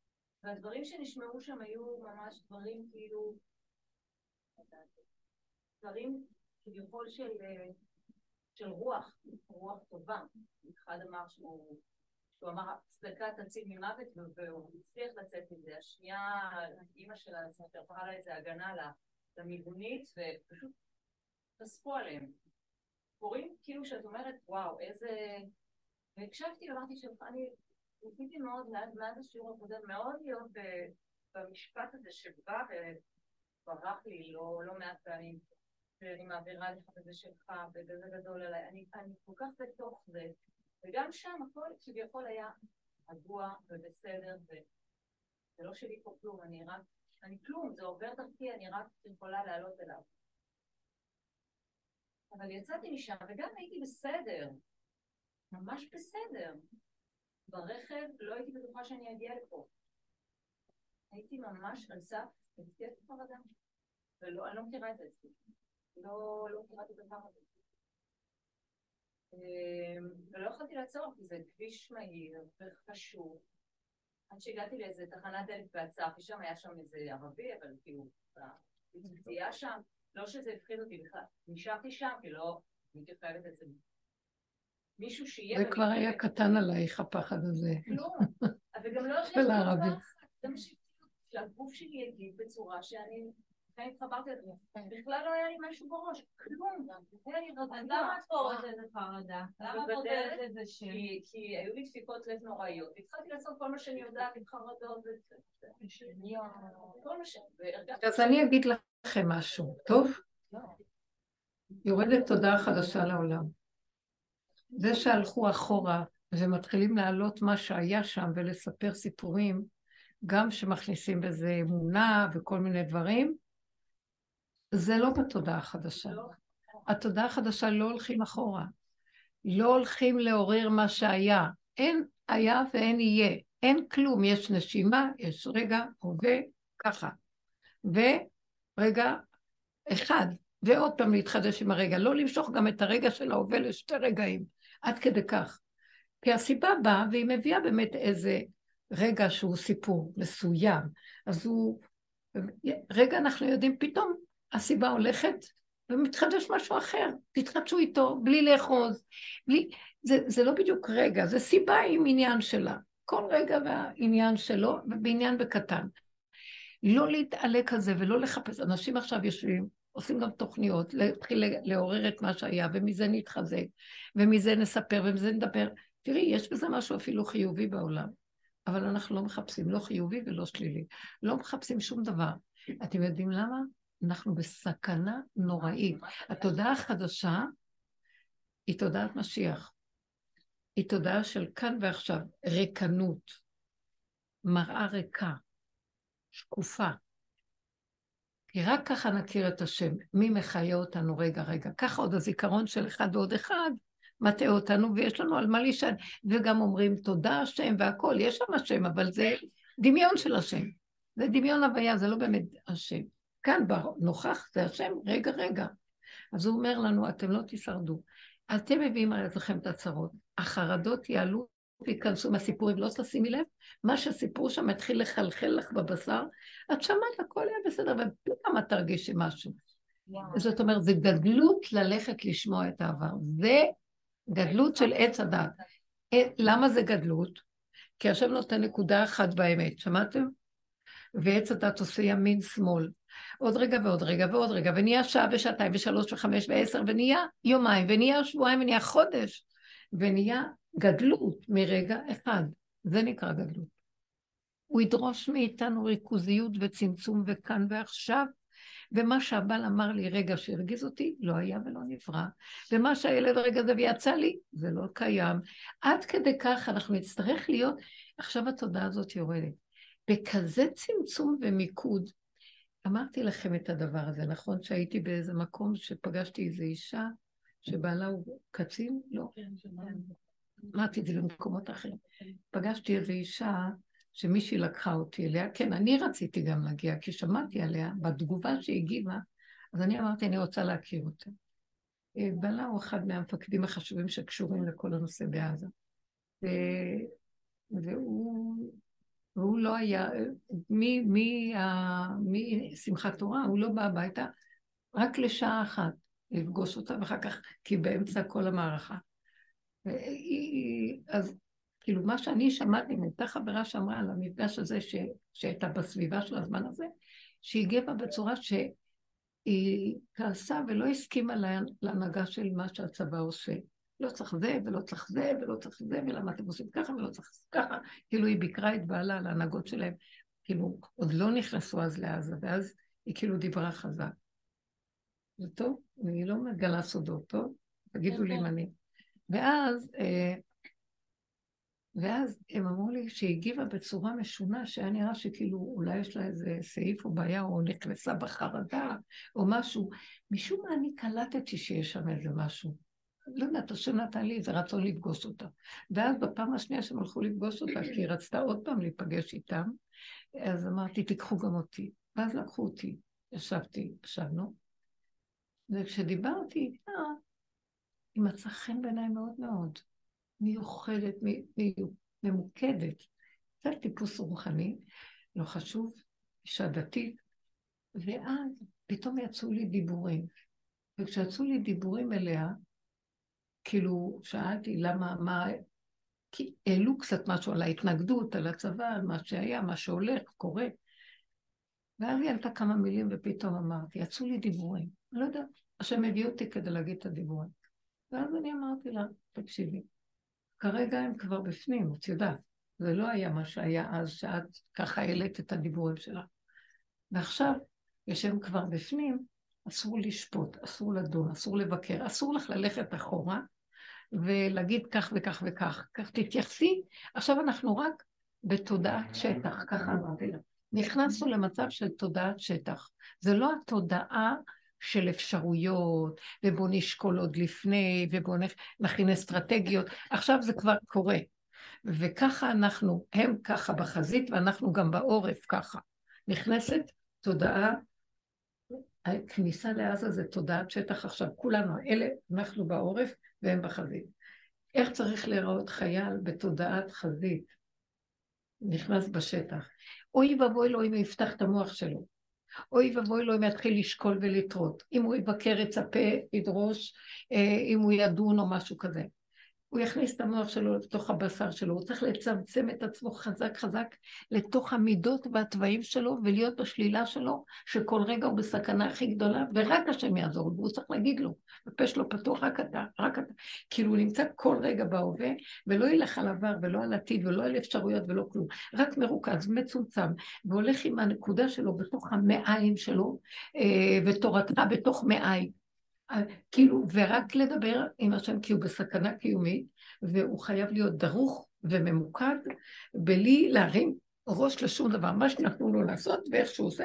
והדברים שנשמעו שם היו ממש דברים כאילו, דברים כביכול של, של רוח, רוח טובה. אחד אמר שהוא, שהוא אמר, צדקה תציל ממוות, והוא הצליח לצאת מזה. השנייה, אימא שלה, הפכה לה איזה הגנה למיגונית, ופשוט חשפו עליהם. קוראים כאילו שאת אומרת, וואו, איזה... והקשבתי ואמרתי שאני ניסיתי מאוד, מאז השיעור הקודם, מאוד להיות במשפט הזה שבא וברח לי לא, לא מעט פעמים, ואני מעבירה לך בזה שלך, ובזה גדול עליי, אני, אני כל כך בתוך זה, וגם שם הכל כביכול היה רגוע ובסדר, וזה לא שלי פה כלום, אני רק, אני כלום, זה עובר דרכי, אני רק יכולה לעלות אליו. אבל יצאתי משם, וגם הייתי בסדר, ממש בסדר. ברכב לא הייתי בטוחה שאני אגיע לפה. הייתי ממש על סף, התקף חרדה, ולא, אני לא מכירה את זה אצלי. לא, לא מכירה את הדבר הזה. ולא יכולתי לעצור, כי זה כביש מהיר וחשוב. עד שהגעתי לאיזה תחנת דלק ועצרתי שם, היה שם איזה ערבי, אבל כאילו, פציעה שם, לא שזה הפחיד אותי בכלל. נשארתי שם, כי לא, הייתי חייבת את זה. מישהו שיהיה... זה כבר היה קטן עלייך, הפחד הזה. כלום. וגם לא הרגשתי הערבי. פחד. זה מה שהגוף שלי הגיב בצורה שאני... אני התחברתי לזה. בכלל לא היה לי משהו בראש. כלום. היה לי רגוע. אז למה את קוראת לזה חרדה? למה את נותנת לזה שם? כי היו לי דפיקות לב נוראיות. התחלתי לעשות כל מה שאני יודעת עם חרדות וכל מה ש... אז אני אגיד לכם משהו, טוב? יורדת תודעה חדשה לעולם. זה שהלכו אחורה ומתחילים להעלות מה שהיה שם ולספר סיפורים, גם שמכניסים בזה אמונה וכל מיני דברים, זה לא בתודעה החדשה. התודעה החדשה לא הולכים אחורה. לא הולכים לעורר מה שהיה. אין היה ואין יהיה. אין כלום. יש נשימה, יש רגע, הווה, ככה. ורגע אחד. ועוד פעם להתחדש עם הרגע. לא למשוך גם את הרגע של ההווה לשתי רגעים. עד כדי כך. כי הסיבה באה והיא מביאה באמת איזה רגע שהוא סיפור מסוים. אז הוא... רגע אנחנו יודעים פתאום הסיבה הולכת ומתחדש משהו אחר. תתחדשו איתו בלי לאחוז. בלי... זה, זה לא בדיוק רגע, זה סיבה עם עניין שלה. כל רגע והעניין שלו ובעניין בקטן. לא להתעלק על זה ולא לחפש. אנשים עכשיו יושבים, עושים גם תוכניות, להתחיל לעורר את מה שהיה, ומזה נתחזק, ומזה נספר, ומזה נדבר. תראי, יש בזה משהו אפילו חיובי בעולם, אבל אנחנו לא מחפשים, לא חיובי ולא שלילי. לא מחפשים שום דבר. אתם יודעים למה? אנחנו בסכנה נוראית. התודעה החדשה היא תודעת משיח. היא תודעה של כאן ועכשיו, ריקנות, מראה ריקה, שקופה. כי רק ככה נכיר את השם, מי מחיה אותנו רגע רגע. ככה עוד הזיכרון של אחד ועוד אחד מטעה אותנו, ויש לנו על מה להישען. וגם אומרים תודה השם והכל, יש שם השם, אבל זה דמיון של השם. זה דמיון הוויה, זה לא באמת השם. כאן נוכח זה השם רגע רגע. אז הוא אומר לנו, אתם לא תשרדו. אתם מביאים על עצמכם את הצרות. החרדות יעלו ויכנסו מהסיפורים, לא תשימי לב, מה שהסיפור שם התחיל לחלחל לך בבשר, את שמעת, הכל היה בסדר, ופתאום את תרגישי משהו. זאת אומרת, זה גדלות ללכת לשמוע את העבר. זה גדלות של עץ הדת. למה זה גדלות? כי השם נותן נקודה אחת באמת, שמעתם? ועץ הדת עושה ימין שמאל. עוד רגע ועוד רגע ועוד רגע, ונהיה שעה ושעתיים ושלוש וחמש ועשר, ונהיה יומיים, ונהיה שבועיים, ונהיה חודש, ונהיה גדלות מרגע אחד. זה נקרא גדלות. הוא ידרוש מאיתנו ריכוזיות וצמצום וכאן ועכשיו, ומה שהבעל אמר לי רגע שהרגיז אותי, לא היה ולא נברא. ומה שהילד רגע זה ויצא לי, זה לא קיים. עד כדי כך אנחנו נצטרך להיות, עכשיו התודעה הזאת יורדת. בכזה צמצום ומיקוד, אמרתי לכם את הדבר הזה, נכון? שהייתי באיזה מקום שפגשתי איזו אישה, שבעלה הוא קצין? לא. אמרתי את זה במקומות אחרים. פגשתי איזו אישה שמישהי לקחה אותי אליה, כן, אני רציתי גם להגיע, כי שמעתי עליה, בתגובה שהגיבה, אז אני אמרתי, אני רוצה להכיר אותה. בעלה הוא אחד מהמפקדים החשובים שקשורים לכל הנושא בעזה. והוא... והוא לא היה, משמחת תורה, הוא לא בא הביתה, רק לשעה אחת לפגוש אותה, ואחר כך, כי באמצע כל המערכה. והיא, אז כאילו מה שאני שמעתי מאותה חברה שאמרה על המפגש הזה ש, שהייתה בסביבה של הזמן הזה, שהיא הגיבה בצורה שהיא כעסה ולא הסכימה להנהגה של מה שהצבא עושה. לא צריך זה ולא צריך זה ולא צריך זה, ולמה אתם עושים ככה ולא צריך ככה. כאילו היא ביקרה את בעלה על ההנהגות שלהם, כאילו עוד לא נכנסו אז לעזה, ואז היא כאילו דיברה חזק. זה טוב? אני לא מגלה סודות, טוב? תגידו לי אם אני... ואז, ואז הם אמרו לי שהיא הגיבה בצורה משונה, שהיה נראה שכאילו אולי יש לה איזה סעיף או בעיה, או נכנסה בחרדה, או משהו. משום מה אני קלטתי שיש שם איזה משהו. לא יודעת, השם נתן לי איזה רצון לפגוש אותה. ואז בפעם השנייה שהם הלכו לפגוש אותה, כי היא רצתה עוד פעם להיפגש איתם, אז אמרתי, תיקחו גם אותי. ואז לקחו אותי, ישבתי, ישבנו, וכשדיברתי איתה, היא מצאה חן בעיניי מאוד מאוד, מיוחדת, ממוקדת, קצת טיפוס רוחני, לא חשוב, אישה דתית, ואז פתאום יצאו לי דיבורים, וכשיצאו לי דיבורים אליה, כאילו שאלתי למה, מה, כי העלו קצת משהו על ההתנגדות, על הצבא, על מה שהיה, מה שהולך, קורה, ואז היא עלתה כמה מילים ופתאום אמרתי, יצאו לי דיבורים, לא יודעת, השם הביא אותי כדי להגיד את הדיבורים. ואז אני אמרתי לה, תקשיבי, כרגע הם כבר בפנים, את יודעת, זה לא היה מה שהיה אז שאת ככה העלית את הדיבורים שלה. ועכשיו, כשהם כבר בפנים, אסור לשפוט, אסור לדון, אסור לבקר, אסור לך ללכת אחורה ולהגיד כך וכך וכך. כך תתייחסי, עכשיו אנחנו רק בתודעת שטח, ככה אמרתי לה. נכנסנו למצב של תודעת שטח. זה לא התודעה של אפשרויות, ובוא נשקול עוד לפני, ובוא נכין אסטרטגיות. עכשיו זה כבר קורה. וככה אנחנו, הם ככה בחזית, ואנחנו גם בעורף ככה. נכנסת תודעה, הכניסה לעזה זה תודעת שטח עכשיו. כולנו, אלה, אנחנו בעורף, והם בחזית. איך צריך להיראות חייל בתודעת חזית? נכנס בשטח. אוי ואבוי לו אם הוא יפתח את המוח שלו. אוי ואבוי לו אם יתחיל לשקול ולטרות. אם הוא יבקר, יצפה, ידרוש, אם הוא ידון או משהו כזה. הוא יכניס את המוח שלו לתוך הבשר שלו, הוא צריך לצמצם את עצמו חזק חזק לתוך המידות והטבעים שלו, ולהיות בשלילה שלו, שכל רגע הוא בסכנה הכי גדולה, ורק השם יעזור, והוא צריך להגיד לו, הפה שלו פתוח, רק אתה, רק אתה, כאילו הוא נמצא כל רגע בהווה, ולא ילך על עבר, ולא על עתיד, ולא על אפשרויות, ולא כלום, רק מרוכז, מצומצם, והולך עם הנקודה שלו בתוך המעיים שלו, ותורתך בתוך מעיים, כאילו, ורק לדבר עם השם, כי הוא בסכנה קיומית, והוא חייב להיות דרוך וממוקד, בלי להרים ראש לשום דבר, מה שנתנו לו לעשות, ואיך שהוא עושה,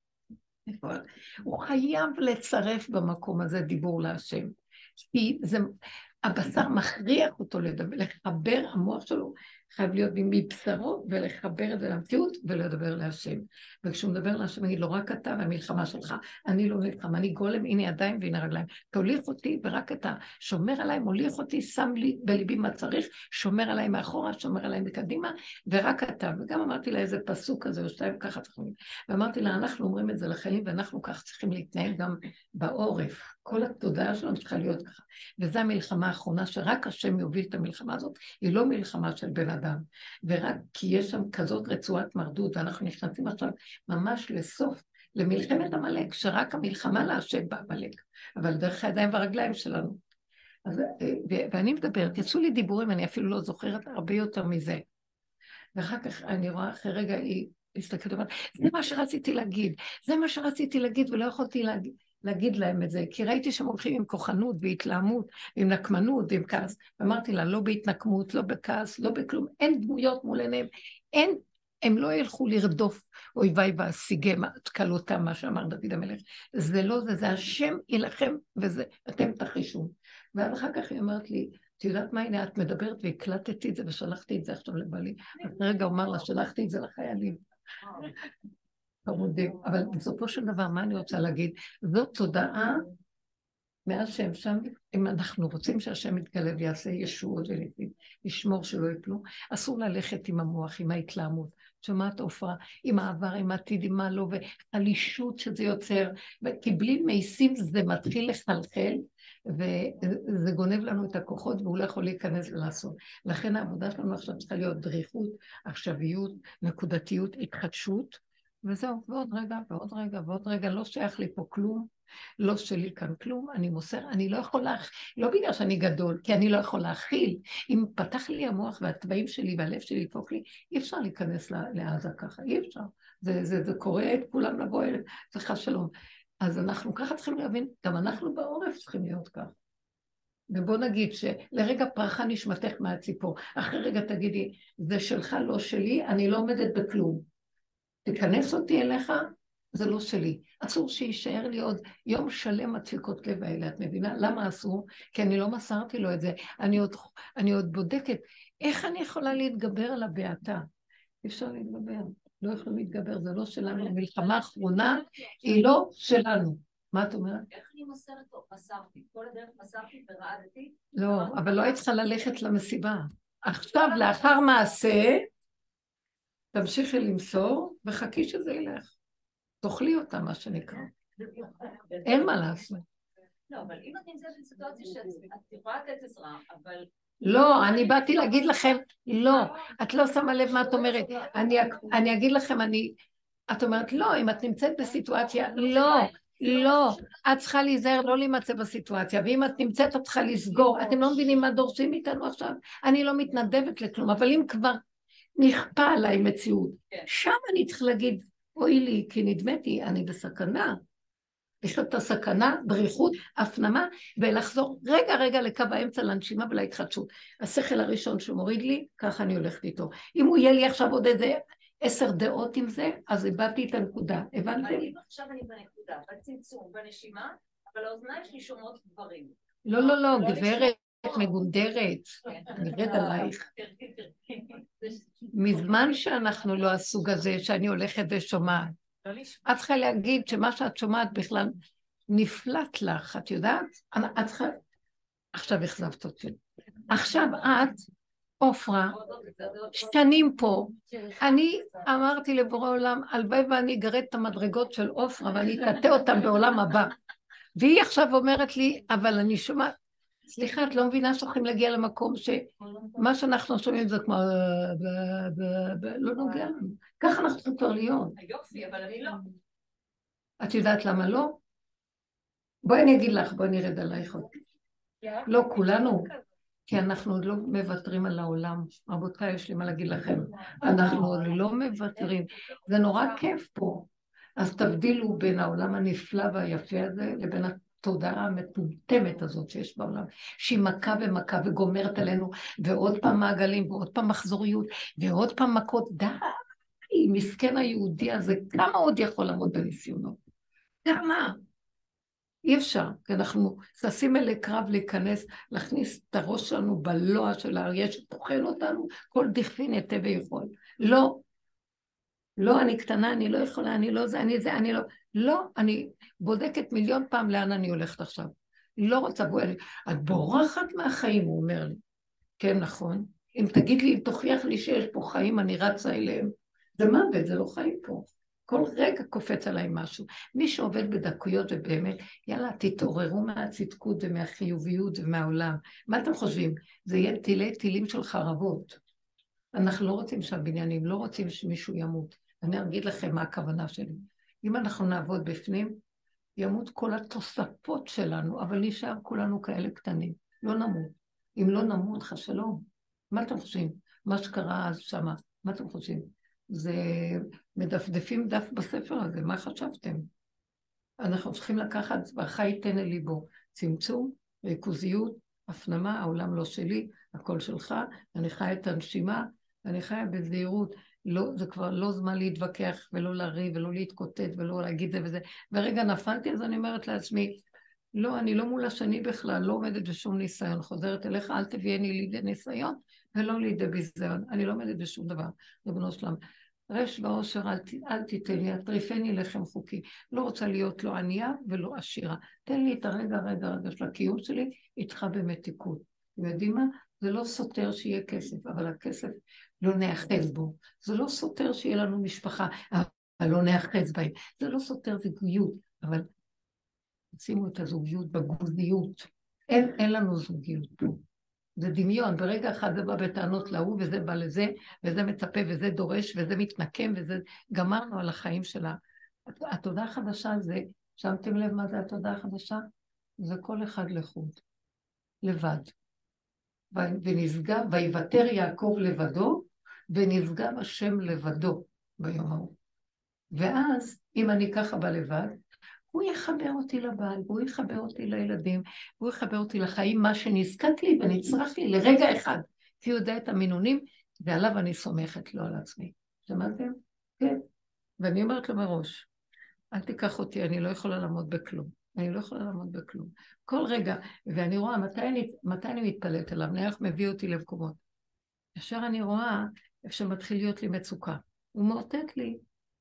הוא חייב לצרף במקום הזה דיבור להשם, כי זה, הבשר מכריח אותו לדבר, לחבר, המוח שלו חייב להיות מבשרו, ולחבר את זה למציאות, ולדבר להשם. וכשהוא מדבר להשם, אני לא רק אתה והמלחמה שלך, אני לא נלחם, אני גולם, הנה ידיים והנה רגליים. תוליך אותי, ורק אתה שומר עליי, מוליך אותי, שם לי בליבי מה צריך, שומר עליי מאחורה, שומר עליי מקדימה, ורק אתה. וגם אמרתי לה איזה פסוק כזה, או שתיים ככה צריכים. ואמרתי לה, אנחנו אומרים את זה לחיילים, ואנחנו כך צריכים להתנהל גם בעורף. כל התודעה שלנו צריכה להיות ככה. וזו המלחמה האחרונה, שרק השם יוביל את המלחמה הזאת, היא לא מלחמה של בן אדם. ורק כי יש שם כזאת רצועת מרדות, ואנחנו נכנסים עכשיו ממש לסוף, למלחמת המלאק, שרק המלחמה להשם בעמלק, אבל דרך הידיים והרגליים שלנו. אז, ו- ואני מדברת, יצאו לי דיבורים, אני אפילו לא זוכרת הרבה יותר מזה. ואחר כך אני רואה אחרי רגע, היא הסתכלת ואומרת, זה מה שרציתי להגיד, זה מה שרציתי להגיד, ולא יכולתי להגיד. להגיד להם את זה, כי ראיתי שהם הולכים עם כוחנות והתלהמות, עם נקמנות, עם כעס, ואמרתי לה, לא בהתנקמות, לא בכעס, לא בכלום, אין דמויות מול עיניהם, אין, הם לא ילכו לרדוף אויבי והשיגם, תקלותם, מה שאמר דוד המלך, זה לא זה, זה השם ילחם, וזה, אתם תחישו. ואז אחר כך היא אמרת לי, את יודעת מה, הנה את מדברת והקלטתי את זה ושלחתי את זה עכשיו לבעלי, אחרי רגע אומר לה, שלחתי את זה לחיילים. חמודים, אבל בסופו של דבר, מה אני רוצה להגיד? זאת תודעה מאז שהם שם, אם אנחנו רוצים שהשם יתגלה ויעשה ישועות ולשמור שלא יפלו, אסור ללכת עם המוח, עם ההתלהמות. שומעת עופרה, עם העבר, עם העתיד, עם מה לא, והלישות שזה יוצר, כי בלי מייסים זה מתחיל לחלחל, וזה גונב לנו את הכוחות, והוא לא יכול להיכנס ולעשות. לכן העבודה שלנו עכשיו צריכה להיות דריכות, עכשוויות, נקודתיות, התחדשות, וזהו, ועוד רגע, ועוד רגע, ועוד רגע, לא שייך לי פה כלום, לא שלי כאן כלום, אני מוסר, אני לא יכול להכיל, לא בגלל שאני גדול, כי אני לא יכול להכיל. אם פתח לי המוח והטבעים שלי והלב שלי יפוק לי, אי אפשר להיכנס לעזה ככה, אי אפשר. זה, זה, זה קורה את כולם לבוא אלה, זה חס שלום. אז אנחנו ככה צריכים להבין, גם אנחנו בעורף צריכים להיות כך. ובוא נגיד שלרגע פרחה נשמתך מהציפור, אחרי רגע תגידי, זה שלך, לא שלי, אני לא עומדת בכלום. תיכנס אותי אליך, זה לא שלי. אסור שישאר לי עוד יום שלם הדפיקות לב האלה, את מבינה? למה אסור? כי אני לא מסרתי לו את זה. אני עוד, אני עוד בודקת, איך אני יכולה להתגבר על הבעתה? אי אפשר להתגבר, לא יכולים להתגבר, זה לא שלנו. המלחמה האחרונה היא לא שלנו. מה את אומרת? איך אני מוסרת לו? מסרתי. כל הדרך מסרתי ורעדתי. לא, אבל לא היית צריכה ללכת למסיבה. עכשיו, לאחר מעשה, תמשיכי למסור וחכי שזה ילך. תאכלי אותה, מה שנקרא. אין מה לעשות. לא, אבל אם את נמצאת בסיטואציה שאת יכולה לתת עזרה, אבל... לא, אני באתי להגיד לכם, לא, את לא שמה לב מה את אומרת. אני, אני אגיד לכם, אני... את אומרת, לא, אם את נמצאת בסיטואציה, לא, לא, את צריכה להיזהר, לא להימצא בסיטואציה, ואם את נמצאת, את צריכה לסגור. אתם לא מבינים מה דורשים איתנו עכשיו? אני לא מתנדבת לכלום, אבל אם כבר נכפה עליי מציאות, שם אני צריך להגיד, אוי לי, כי נדמתי, אני בסכנה. יש לו את הסכנה, דריכות, הפנמה, ולחזור רגע רגע לקו האמצע לנשימה ולהתחדשות. השכל הראשון שמוריד לי, ככה אני הולכת איתו. אם הוא יהיה לי עכשיו עוד איזה עשר דעות עם זה, אז איבדתי את הנקודה. הבנתם? אני עכשיו אני בנקודה, בצמצום, בנשימה, אבל האוזניים שלי שומעות דברים. לא, לא, לא, גברת מגונדרת, נרד עלייך. מזמן שאנחנו לא הסוג הזה, שאני הולכת ושומעת. את צריכה להגיד שמה שאת שומעת בכלל נפלט לך, את יודעת? את צריכה... עכשיו החזבת אותי. עכשיו את, עופרה, שנים פה, אני אמרתי לבורא עולם, הלוואי ואני אגרד את המדרגות של עופרה, ואני אקטע אותם בעולם הבא. והיא עכשיו אומרת לי, אבל אני שומעת, סליחה, את לא מבינה שאנחנו להגיע למקום שמה שאנחנו שומעים זה כמו... לא נוגע לנו. ככה אנחנו צריכים כבר להיות. יופי, אבל אני לא. את יודעת למה לא? בואי אני אגיד לך, בואי נרד עלייך עוד. לא, כולנו. כי אנחנו עוד לא מוותרים על העולם. רבותיי, יש לי מה להגיד לכם. אנחנו עוד לא מוותרים. זה נורא כיף פה. אז תבדילו בין העולם הנפלא והיפה הזה לבין התודעה המטומטמת הזאת שיש בעולם, שהיא מכה ומכה וגומרת עלינו, ועוד פעם מעגלים, ועוד פעם מחזוריות, ועוד פעם מכות. די, מסכן היהודי הזה, כמה עוד יכול לעמוד בניסיונות? כמה? אי אפשר, כי אנחנו ששים אלי קרב להיכנס, להכניס את הראש שלנו בלוע של האריה שתאכל אותנו, כל דכפין יתה ויכול. לא, לא, אני קטנה, אני לא יכולה, אני לא זה, אני זה, אני לא, לא, אני בודקת מיליון פעם לאן אני הולכת עכשיו. לא רוצה, את בורחת מהחיים, הוא אומר לי. כן, נכון. אם תגיד לי, אם תוכיח לי שיש פה חיים, אני רצה אליהם. זה מוות, זה לא חיים פה. כל רגע קופץ עליי משהו. מי שעובד בדקויות ובאמת, יאללה, תתעוררו מהצדקות ומהחיוביות ומהעולם. מה אתם חושבים? זה יהיה תילי תילים של חרבות. אנחנו לא רוצים שהבניינים, לא רוצים שמישהו ימות. אני אגיד לכם מה הכוונה שלי. אם אנחנו נעבוד בפנים, ימות כל התוספות שלנו, אבל נשאר כולנו כאלה קטנים. לא נמות. אם לא נמות, חשלום. מה אתם חושבים? מה שקרה אז שמה, מה אתם חושבים? זה מדפדפים דף בספר הזה, מה חשבתם? אנחנו צריכים לקחת, והחי ייתן אל ליבו, צמצום, ריכוזיות, הפנמה, העולם לא שלי, הכל שלך, אני חיה את הנשימה, אני חיה בזהירות, לא, זה כבר לא זמן להתווכח ולא להריב ולא להתקוטט ולא להגיד זה וזה, ורגע נפלתי אז אני אומרת לעצמי, לא, אני לא מול השני בכלל, לא עומדת בשום ניסיון, חוזרת אליך, אל תביאני לידי ניסיון ולא לידי ביזיון, אני לא עומדת בשום דבר, ריבונו שלם. רש ועושר אל, אל תיתן לי, אטריפני לחם חוקי. לא רוצה להיות לא ענייה ולא עשירה. תן לי את הרגע, רגע, רגע של הקיום שלי, איתך במתיקות. אתם יודעים מה? זה לא סותר שיהיה כסף, אבל הכסף לא נאחז בו. זה לא סותר שיהיה לנו משפחה, אבל לא נאחז בהם. זה לא סותר זוגיות, אבל שימו את הזוגיות בגוזיות. אין, אין לנו זוגיות פה. זה דמיון, ברגע אחד זה בא בטענות להוא, וזה בא לזה, וזה מצפה, וזה דורש, וזה מתנקם, וזה... גמרנו על החיים שלה. התודעה החדשה זה, שמתם לב מה זה התודעה החדשה? זה כל אחד לחוד, לבד. ונשגב, ויוותר יעקב לבדו, ונשגב השם לבדו ביום ההוא. ואז, אם אני ככה בא לבד, הוא יחבר אותי לבעל, הוא יחבר אותי לילדים, הוא יחבר אותי לחיים, מה שנזקק לי ונצרך לי לרגע אחד, כי הוא יודע את המינונים, ועליו אני סומכת לו על עצמי. שמעתם? כן. ואני אומרת לו מראש, אל תיקח אותי, אני לא יכולה לעמוד בכלום. אני לא יכולה לעמוד בכלום. כל רגע, ואני רואה מתי אני, מתי אני מתפלאת עליו, נערך מביא אותי למקומות. ישר אני רואה איך שמתחיל להיות לי מצוקה. הוא מאותת לי,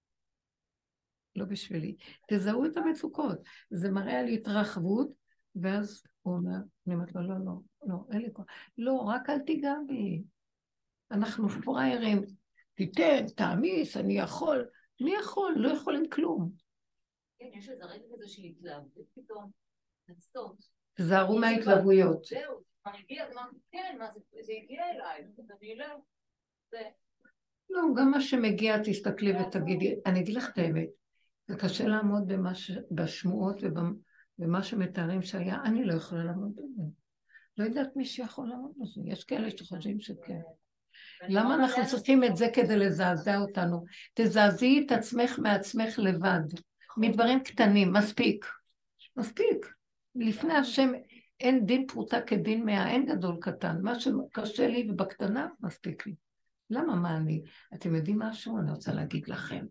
לא בשבילי. תזהו את המצוקות. זה מראה על התרחבות, ואז הוא אומר, אני אומרת לו, לא, לא, לא, אין לי כוח. לא, רק אל תיגע בי. אנחנו פריירים. תיתן, תעמיס, אני יכול. מי יכול? לא יכול עם כלום. כן, יש איזה רגע כזה של התלהבות פתאום, נצטות. תזהרו מההתלהבויות. זהו, כבר הגיע, כן, מה זה, זה הגיע אליי, אני לא, זה... לא, גם מה שמגיע, תסתכלי ותגידי, אני אגיד לך את האמת, זה קשה לעמוד במה ש... בשמועות ובמה שמתארים שהיה, אני לא יכולה לעמוד בזה. לא יודעת מי שיכול לעמוד בזה, יש כאלה שחושבים שכן. למה אנחנו צריכים את זה כדי לזעזע אותנו? תזעזעי את עצמך מעצמך לבד, מדברים קטנים, מספיק. מספיק. לפני השם אין דין פרוטה כדין מאה, אין גדול קטן. מה שקשה לי ובקטנה, מספיק לי. למה מה אני? אתם יודעים משהו? אני רוצה להגיד לכם.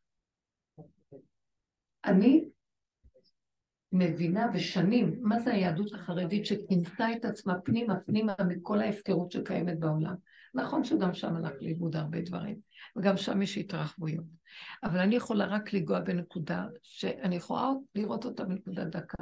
אני מבינה בשנים מה זה היהדות החרדית שכינסה את עצמה פנימה, פנימה מכל ההפקרות שקיימת בעולם. נכון שגם שם הלך לאיבוד הרבה דברים, וגם שם יש התרחבויות. אבל אני יכולה רק לגוע בנקודה, שאני יכולה לראות אותה בנקודה דקה.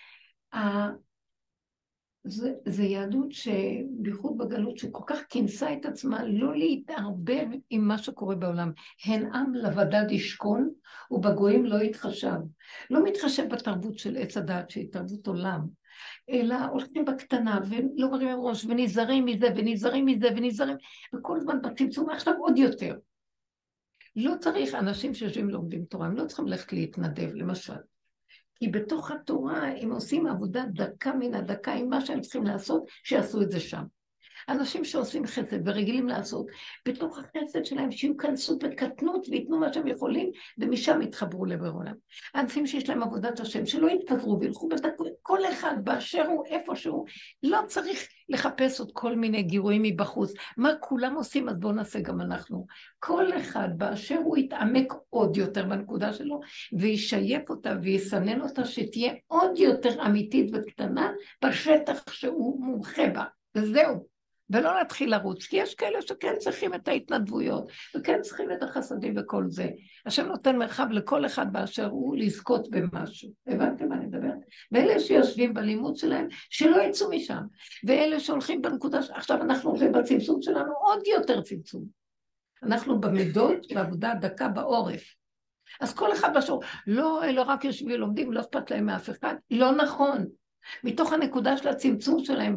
זה, זה יהדות שבייחוד בגלות שכל כך כינסה את עצמה לא להתערבב עם מה שקורה בעולם. הן עם לבדד ישכון ובגויים לא יתחשב. לא מתחשב בתרבות של עץ הדעת שהיא תרבות עולם, אלא הולכים בקטנה ולא מרימים ראש ונזהרים מזה ונזהרים מזה ונזהרים וכל הזמן בצמצום עכשיו עוד יותר. לא צריך אנשים שיושבים לומדים תורה, הם לא צריכים ללכת להתנדב למשל. כי בתוך התורה הם עושים עבודה דקה מן הדקה עם מה שהם צריכים לעשות, שיעשו את זה שם. אנשים שעושים חסד ורגילים לעשות, בתוך החסד שלהם שיוכנסו בקטנות ויתנו מה שהם יכולים, ומשם יתחברו לבר עולם. האנשים שיש להם עבודת השם, שלא יתפזרו וילכו בדקות, כל אחד באשר הוא, איפה שהוא, לא צריך לחפש עוד כל מיני גירויים מבחוץ. מה כולם עושים, אז בואו נעשה גם אנחנו. כל אחד באשר הוא יתעמק עוד יותר בנקודה שלו, וישייף אותה ויסנן אותה, שתהיה עוד יותר אמיתית וקטנה, בשטח שהוא מומחה בה. וזהו. ולא להתחיל לרוץ, כי יש כאלה שכן צריכים את ההתנדבויות, וכן צריכים את החסדים וכל זה. השם נותן מרחב לכל אחד באשר הוא לזכות במשהו. הבנתם מה אני מדברת? ואלה שיושבים בלימוד שלהם, שלא יצאו משם. ואלה שהולכים בנקודה, עכשיו אנחנו הולכים בצמצום שלנו, עוד יותר צמצום. אנחנו במידות, בעבודה דקה בעורף. אז כל אחד באשר, לא, אלא רק יושבים ולומדים, לא אכפת להם מאף אחד. לא נכון. מתוך הנקודה של הצמצום שלהם,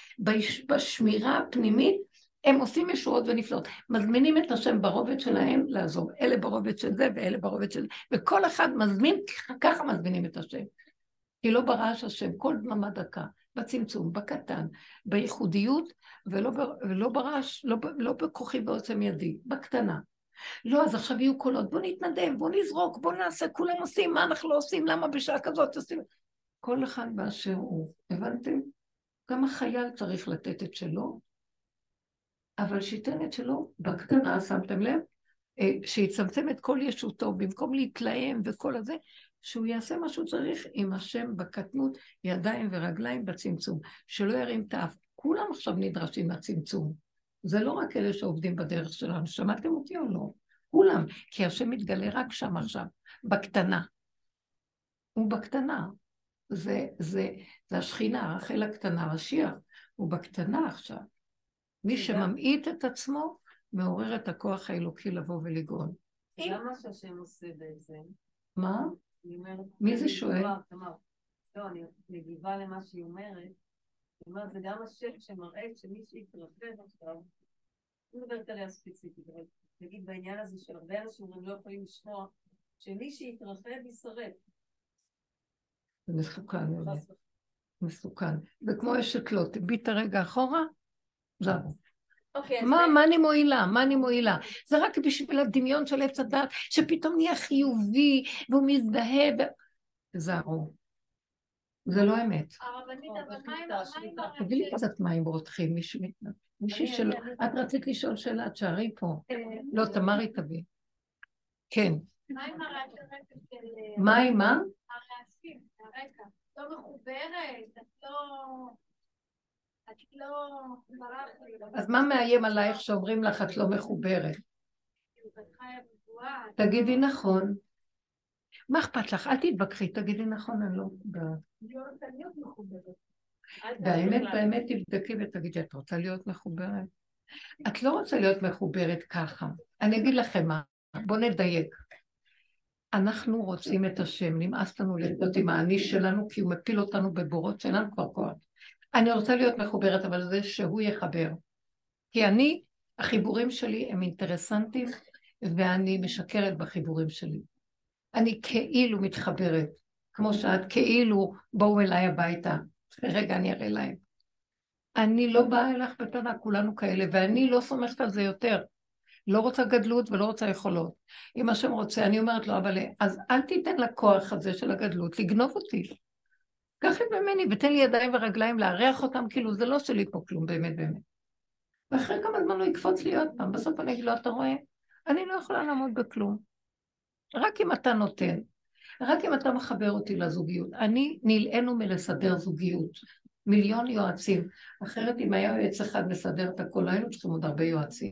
בשמירה הפנימית, הם עושים ישועות ונפלאות. מזמינים את השם ברובד שלהם לעזור. אלה ברובד של זה ואלה ברובד של זה. וכל אחד מזמין, ככה מזמינים את השם. כי לא ברעש השם, כל דממה דקה, בצמצום, בקטן, בייחודיות, ולא, ולא ברעש, לא, לא בכוחי בעוצם ידי, בקטנה. לא, אז עכשיו יהיו קולות, בוא נתנדב, בוא נזרוק, בוא נעשה, כולם עושים, מה אנחנו לא עושים, למה בשעה כזאת עושים? כל אחד באשר הוא, הבנתם? גם החייל צריך לתת את שלו, אבל שיתן את שלו בקטנה, שמתם לב? שיצמצם את כל ישותו, במקום להתלהם וכל הזה, שהוא יעשה מה שהוא צריך עם השם בקטנות, ידיים ורגליים בצמצום, שלא ירים את האף. כולם עכשיו נדרשים מהצמצום. זה לא רק אלה שעובדים בדרך שלנו, שמעתם אותי או לא? כולם, כי השם מתגלה רק שם עכשיו, בקטנה. הוא בקטנה. זה, זה, זה השכינה, רחל הקטנה, המשיח, הוא בקטנה עכשיו. מי שממעיט את עצמו, מעורר את הכוח האלוקי לבוא ולגרום. זה גם מה שהשם עושה בעצם. מה? מי זה שואל? לא, אני מגיבה למה שהיא אומרת. היא אומרת, זה גם השם שמראה שמי שהתרחב עכשיו, אני מדברת עליה ספציפית, אבל נגיד בעניין הזה של הרבה אנשים לא יכולים לשמוע, שמי שהתרחב ישרף. זה מסוכן, מסוכן. וכמו אשת לא, תביט הרגע אחורה, זהו. מה, מה אני מועילה? מה אני מועילה? זה רק בשביל הדמיון של עץ הדת, שפתאום נהיה חיובי, והוא מזדהה, זהו. זה לא אמת. הרבנית, אבל מה עם... תביא לי קצת מים רותחים, מישהי שלא. את רצית לשאול שאלה, תשארי פה. לא, תמרי תביא. כן. מה עם הרעש הרקע של... מה עם מה? הרעשים, הרקע. לא מחוברת, את לא... את לא... אז מה מאיים עלייך שאומרים לך את לא מחוברת? תגידי נכון. מה אכפת לך? אל תתווכחי, תגידי נכון, אני לא מחוברת. אני לא רוצה להיות מחוברת. באמת, באמת תבדקי ותגידי, את רוצה להיות מחוברת? את לא רוצה להיות מחוברת ככה. אני אגיד לכם מה, בואו נדייק. אנחנו רוצים את השם, נמאס לנו להיות עם האני שלנו, כי הוא מפיל אותנו בבורות שלנו כבר כוח. אני רוצה להיות מחוברת, אבל זה שהוא יחבר. כי אני, החיבורים שלי הם אינטרסנטיים, ואני משקרת בחיבורים שלי. אני כאילו מתחברת, כמו שאת כאילו בואו אליי הביתה. רגע, אני אראה להם. אני לא באה אלך בטבע, כולנו כאלה, ואני לא סומכת על זה יותר. לא רוצה גדלות ולא רוצה יכולות. אם השם רוצה, אני אומרת לו, אבל אז אל תיתן לכוח הזה של הגדלות לגנוב אותי. קח את ממני ותן לי ידיים ורגליים להריח אותם, כאילו זה לא שלי פה כלום, באמת באמת. ואחרי כמה זמן הוא יקפוץ לי עוד פעם, בסוף אני אגיד לו, אתה רואה? אני לא יכולה לעמוד בכלום. רק אם אתה נותן, רק אם אתה מחבר אותי לזוגיות. אני נלאנו מלסדר זוגיות. מיליון יועצים. אחרת אם היה יועץ אחד מסדר את הכל, היינו צריכים עוד הרבה יועצים.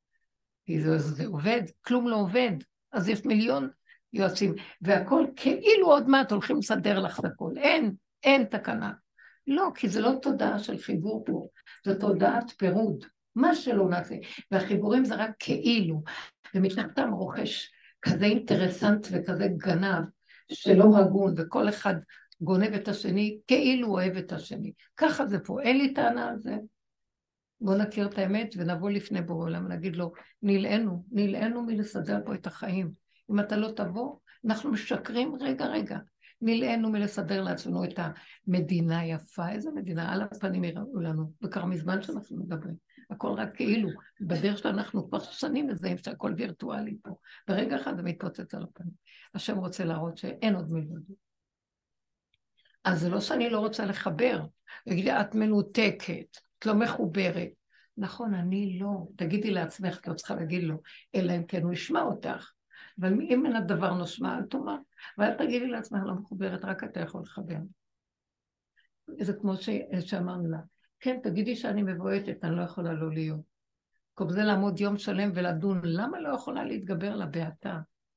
כי זה, זה עובד, כלום לא עובד. אז יש מיליון יועצים, והכל כאילו עוד מעט הולכים לסדר לך את הכל. אין, אין תקנה. לא, כי זה לא תודעה של חיבור פה, זה תודעת פירוד. מה שלא נעשה. והחיבורים זה רק כאילו. ומתחתם רוכש כזה אינטרסנט וכזה גנב, שלא הגון, וכל אחד גונב את השני, כאילו אוהב את השני. ככה זה פה, אין לי טענה על זה. בואו נכיר את האמת ונבוא לפני בורא עולם, נגיד לו, נלאנו, נלאנו מלסדר פה את החיים. אם אתה לא תבוא, אנחנו משקרים, רגע, רגע. נלאנו מלסדר לעצמנו את המדינה היפה, איזה מדינה, על הפנים יראו לנו, וכבר מזמן שאנחנו מדברים. הכל רק כאילו, בדרך שאנחנו כבר שנים מזהים שהכל וירטואלי פה. ברגע אחד זה מתפוצץ על הפנים. השם רוצה להראות שאין עוד מלבדו. אז זה לא שאני לא רוצה לחבר, להגיד לי, את מנותקת, את לא מחוברת. נכון, אני לא. תגידי לעצמך, כי את צריכה להגיד לו, אלא אם כן הוא ישמע אותך. אבל אם אין הדבר נשמע, אל תאמר. ואל תגידי לעצמך, לא מחוברת, רק אתה יכול לחבר. זה כמו שאמרנו לה. כן, תגידי שאני מבועטת, אני לא יכולה לא להיות. כל זה לעמוד יום שלם ולדון, למה לא יכולה להתגבר לבעתה?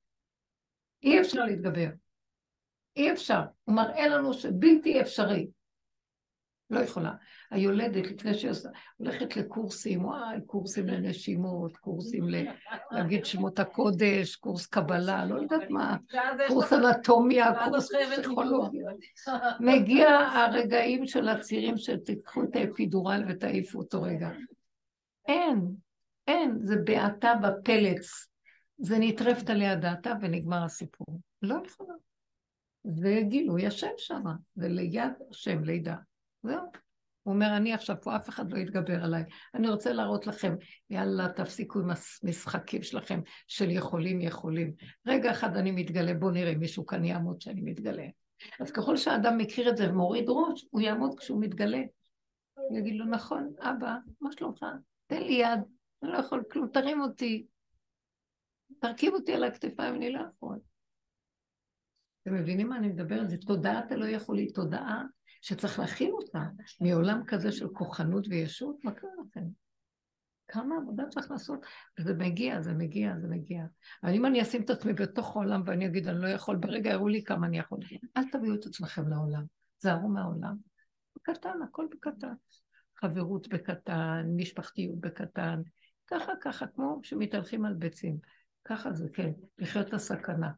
אי אפשר להתגבר. אי אפשר. הוא מראה לנו שבלתי אפשרי. לא יכולה. היולדת, לפני שהיא הולכת לקורסים, וואי, קורסים לנשימות, קורסים להגיד שמות הקודש, קורס קבלה, לא יודעת מה, קורס אנטומיה, קורס פסיכולוגיה. מגיע הרגעים של הצירים שתיקחו את האפידורל ותעיפו אותו רגע. אין, אין, זה בעתה בפלץ. זה נטרפת עליה דעתה ונגמר הסיפור. לא יכולה. וגילו, ישב שם, וליד השם, לידה. זהו. הוא אומר, אני עכשיו פה, אף אחד לא יתגבר עליי. אני רוצה להראות לכם, יאללה, תפסיקו עם המשחקים שלכם, של יכולים, יכולים. רגע אחד אני מתגלה, בוא נראה, מישהו כאן יעמוד שאני מתגלה. אז ככל שהאדם מכיר את זה ומוריד ראש, הוא יעמוד כשהוא מתגלה. הוא יגיד לו, נכון, אבא, מה שלומך? תן לי יד, אני לא יכול כלום, תרים אותי. תרכיב אותי על הכתפיים, אני לא יכול. אתם מבינים מה אני מדברת? זה תודעה, אתה לא יכול לי תודעה שצריך להכין אותה מעולם כזה של כוחנות וישות, מה קרה לכם? כמה עבודה צריך לעשות, וזה מגיע, זה מגיע, זה מגיע. אבל אם אני אשים את עצמי בתוך העולם ואני אגיד, אני לא יכול, ברגע הראו לי כמה אני יכול. אל תביאו את עצמכם לעולם, זהרו מהעולם. בקטן, הכל בקטן. חברות בקטן, משפחתיות בקטן, ככה, ככה, כמו שמתהלכים על ביצים. ככה זה, כן, לחיות לסכנה.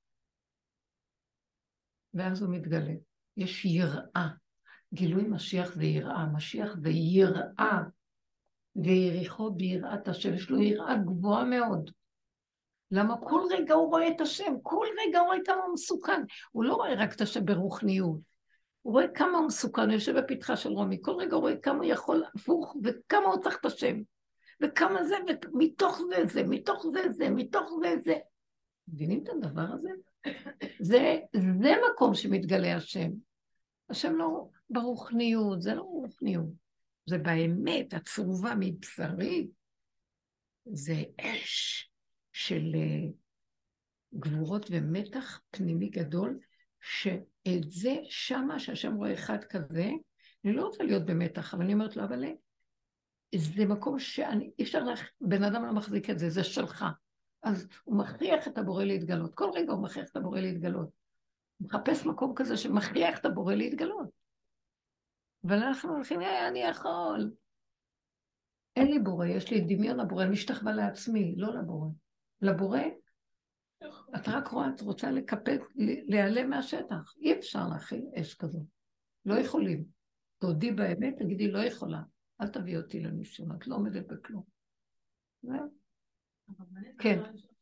ואז הוא מתגלה. יש יראה. גילוי משיח זה יראה. משיח זה יראה. ויריחו ביראת השם. יש לו יראה גבוהה מאוד. למה כל רגע הוא רואה את השם? כל רגע הוא רואה כמה הוא מסוכן. הוא לא רואה רק את השם ברוחניות. הוא רואה כמה הוא מסוכן. הוא יושב בפתחה של רומי. כל רגע הוא רואה כמה הוא יכול הפוך, וכמה הוא צריך את השם. וכמה זה, ומתוך זה זה, מתוך זה זה, מתוך זה זה. מבינים את הדבר הזה? זה, זה מקום שמתגלה השם. השם לא ברוחניות, זה לא רוחניות. זה באמת, הצרובה מבשרי, זה אש של גבורות ומתח פנימי גדול, שאת זה שמה שהשם רואה אחד כזה, אני לא רוצה להיות במתח, אבל אני אומרת לו, אבל זה מקום שאני, אי אפשר לך, בן אדם לא מחזיק את זה, זה שלך. אז הוא מכריח את הבורא להתגלות. כל רגע הוא מכריח את הבורא להתגלות. הוא מחפש מקום כזה שמכריח את הבורא להתגלות. אבל אנחנו הולכים, היי, אני יכול. אין לי בורא, יש לי דמיון לבורא, אני משתחווה לעצמי, לא לבורא. לבורא, את רק רואה, את רוצה לקפל, להיעלם מהשטח. אי אפשר להכיל אש כזו. לא יכולים. תודי באמת, תגידי, לא יכולה. אל תביא אותי לניסיון, את לא עומדת בכלום. כן.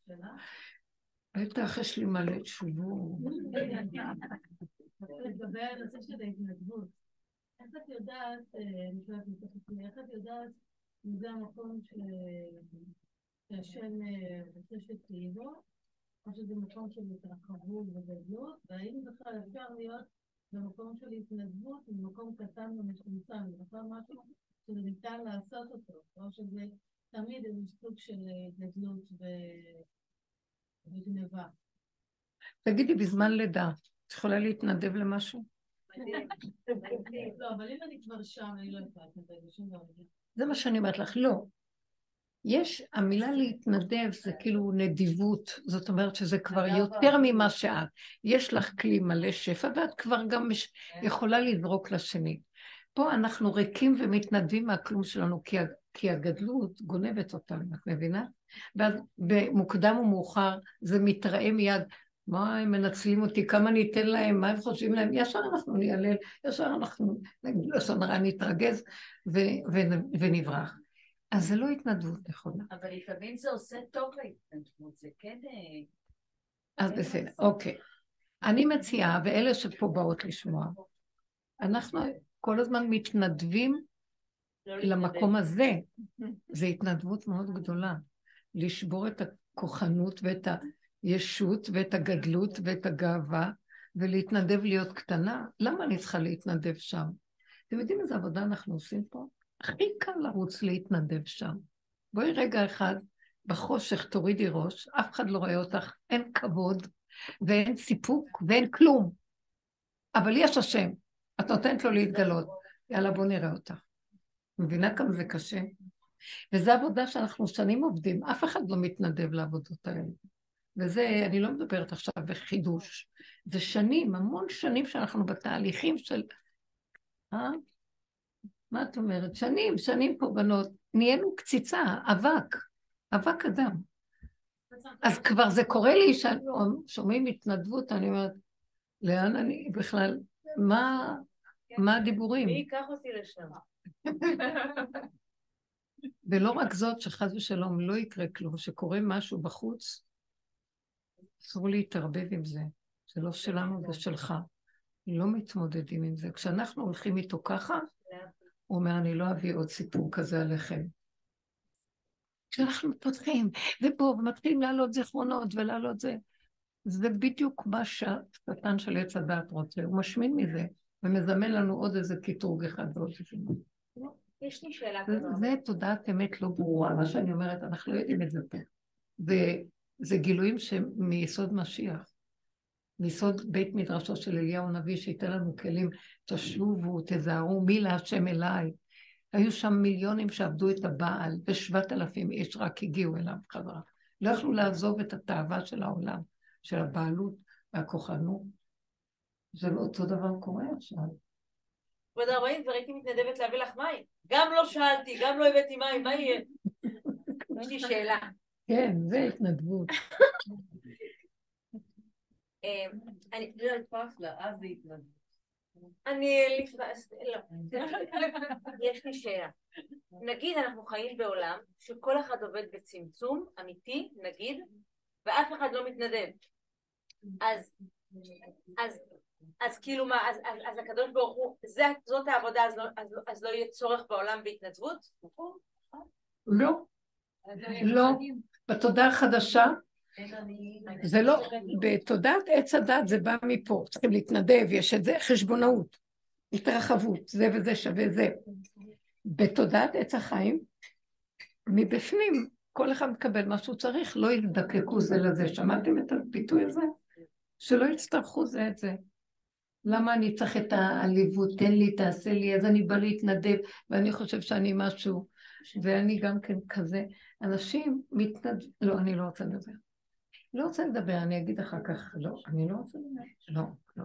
בטח יש לי מלא תשובות. לגבי הנושא של ההתנדבות, איך את יודעת, איך את יודעת אם זה המקום שהשם רוצה שתהיי בו, או שזה מקום של התרחבות וגדלות, והאם בכלל אפשר להיות במקום של התנדבות, במקום קטן ומצומצם, בכלל משהו שזה ניתן לעשות אותו, או שזה תמיד איזה סוג של גדלות וגנבה. תגידי, בזמן לידה, את יכולה להתנדב למשהו? לא, אבל אם אני כבר שם, אני לא יכולה להתנדב לשום דבר. זה מה שאני אומרת לך, לא. יש, המילה להתנדב זה כאילו נדיבות, זאת אומרת שזה כבר יותר ממה שאת. יש לך כלי מלא שפע, ואת כבר גם יכולה לזרוק לשני. פה אנחנו ריקים ומתנדבים מהכלום שלנו, כי, כי הגדלות גונבת אותנו, את מבינה? ואז במוקדם ומאוחר זה מתראה מיד, מה הם מנצלים אותי, כמה ניתן להם, מה הם חושבים להם, ישר אנחנו ניעלל, ישר אנחנו נגיד לשון נתרגז ו- ו- ונברח. אז זה לא התנדבות נכונה. אבל לפעמים זה עושה טוב להתנדבות, זה כן... אז בסדר, אוקיי. אני מציעה, ואלה שפה באות לשמוע, אנחנו כל הזמן מתנדבים למקום הזה. זה התנדבות מאוד גדולה. לשבור את הכוחנות ואת הישות ואת הגדלות ואת הגאווה, ולהתנדב להיות קטנה. למה אני צריכה להתנדב שם? אתם יודעים איזה עבודה אנחנו עושים פה? הכי קל לרוץ להתנדב שם. בואי רגע אחד, בחושך תורידי ראש, אף אחד לא רואה אותך, אין כבוד, ואין סיפוק, ואין כלום. אבל יש השם, את נותנת לו להתגלות. יאללה, בוא נראה אותך. מבינה כמה זה קשה? וזו עבודה שאנחנו שנים עובדים, אף אחד לא מתנדב לעבודות האלה. וזה, אני לא מדברת עכשיו בחידוש. זה שנים, המון שנים שאנחנו בתהליכים של... אה? מה את אומרת? שנים, שנים פה בנות, נהיינו קציצה, אבק, אבק אדם. אז כבר זה קורה לי, שומעים התנדבות, אני אומרת, לאן אני בכלל, מה, מה הדיבורים? מי ייקח אותי לשם? ולא רק זאת, שחס ושלום לא יקרה כלום, שקורה משהו בחוץ, אסור להתערבב עם זה. זה לא שלנו, זה שלך. לא מתמודדים עם זה. כשאנחנו הולכים איתו ככה, הוא אומר, אני לא אביא עוד סיפור כזה עליכם. כשאנחנו פותחים, ופה, ומתחילים לעלות זיכרונות ולעלות זה, זה בדיוק מה שהשטן של עץ הדעת רוצה. הוא משמין מזה, ומזמן לנו עוד איזה קיטרוג אחד ועוד איזה. יש לי שאלה כזאת. זה תודעת אמת לא ברורה, מה שאני אומרת, אנחנו לא יודעים את זה פה. זה גילויים מיסוד משיח. מיסוד בית מדרשו של אליהו הנביא, שייתן לנו כלים, תשובו, תזהרו, מי להשם אליי. היו שם מיליונים שעבדו את הבעל, ושבעת אלפים איש רק הגיעו אליו חזרה. לא יכלו לעזוב את התאווה של העולם, של הבעלות והכוחנות. זה לא אותו דבר קורה עכשיו. כבוד הרבנית, וראיתי מתנדבת להביא לך מים. גם לא שאלתי, גם לא הבאתי מים, מה יהיה? יש לי שאלה. כן, זה התנדבות. אני היא הייתה לה, אז זה התנדבות. אני לא. יש לי שאלה. נגיד אנחנו חיים בעולם שכל אחד עובד בצמצום אמיתי, נגיד, ואף אחד לא מתנדב. אז, אז, אז כאילו מה, אז, אז, אז הקדוש ברוך הוא, זה, זאת העבודה, אז לא, אז, לא, אז לא יהיה צורך בעולם בהתנדבות? לא, לא. בתודעה החדשה, זה לא, בתודעת עץ הדת זה בא מפה, צריכים להתנדב, יש את זה, חשבונאות, התרחבות, זה וזה שווה זה. בתודעת עץ החיים, מבפנים, כל אחד מקבל מה שהוא צריך, לא ידקקו זה לזה. שמעתם את הביטוי הזה? שלא יצטרכו זה את זה. למה אני צריך את העליבות? תן לי, תעשה לי, אז אני בא להתנדב, ואני חושב שאני משהו, ואני גם כן כזה. אנשים מתנדב... לא, אני לא רוצה לדבר. לא רוצה לדבר, אני אגיד אחר כך, לא, אני לא רוצה לדבר. לא, לא.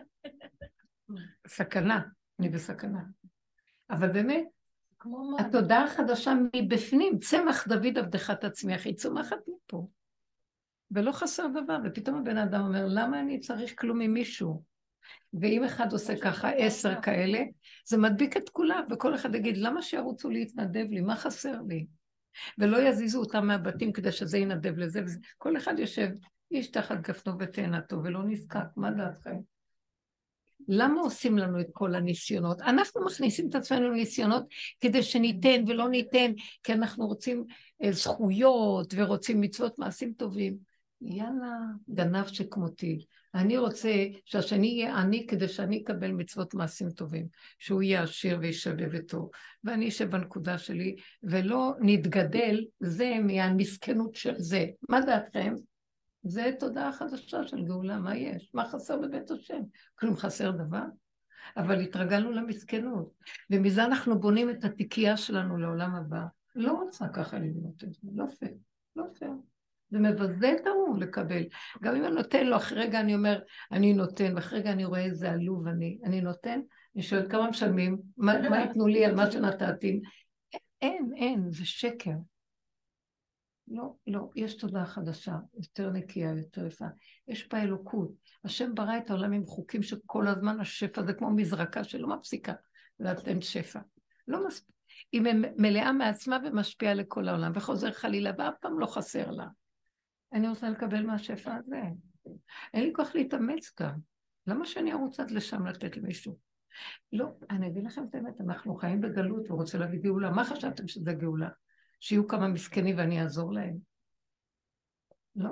סכנה, אני בסכנה. אבל באמת, התודעה החדשה מבפנים, צמח דוד עבדך תצמיח, היא צומחת מפה. ולא חסר דבר, ופתאום הבן אדם אומר, למה אני צריך כלום ממישהו? ואם אחד עושה ככה עשר כאלה, זה מדביק את כולם, וכל אחד יגיד, למה שירוצו להתנדב לי? מה חסר לי? ולא יזיזו אותם מהבתים כדי שזה ינדב לזה, וזה. כל אחד יושב, איש תחת גפנו ותאנתו, ולא נזקק, מה דעתכם? למה עושים לנו את כל הניסיונות? אנחנו מכניסים את עצמנו לניסיונות כדי שניתן ולא ניתן, כי אנחנו רוצים זכויות ורוצים מצוות מעשים טובים. יאללה, גנב שכמותי. אני רוצה שהשני יהיה אני כדי שאני אקבל מצוות מעשים טובים, שהוא יהיה עשיר וישווה וטוב, ואני אשב בנקודה שלי, ולא נתגדל זה מהמסכנות של זה. מה דעתכם? זה תודעה חדשה של גאולה, מה יש? מה חסר בבית השם? כלום חסר דבר, אבל התרגלנו למסכנות, ומזה אנחנו בונים את התיקייה שלנו לעולם הבא. לא רוצה ככה לבנות את זה, לא פייר, לא פייר. זה מבזה את ההוא לקבל. גם אם אני נותן לו, אחרי רגע אני אומר, אני נותן, ואחרי רגע אני רואה איזה עלוב אני, אני נותן, אני שואלת כמה משלמים, מה, מה יתנו לי על מה שנתתי? אין, אין, זה שקר. לא, לא, יש תודעה חדשה, יותר נקייה, יותר יפה. יש פה אלוקות. השם ברא את העולם עם חוקים שכל הזמן השפע זה כמו מזרקה שלא מפסיקה לתת שפע. לא מספיק. היא מלאה מעצמה ומשפיעה לכל העולם, וחוזר חלילה, ואף פעם לא חסר לה. אני רוצה לקבל מהשפע הזה. אין לי כוח להתאמץ גם. למה שאני ארוץ עד לשם לתת למישהו? לא, אני אגיד לכם את האמת, אנחנו חיים בגלות ורוצה להביא גאולה. מה חשבתם שזה גאולה? שיהיו כמה מסכנים ואני אעזור להם? לא.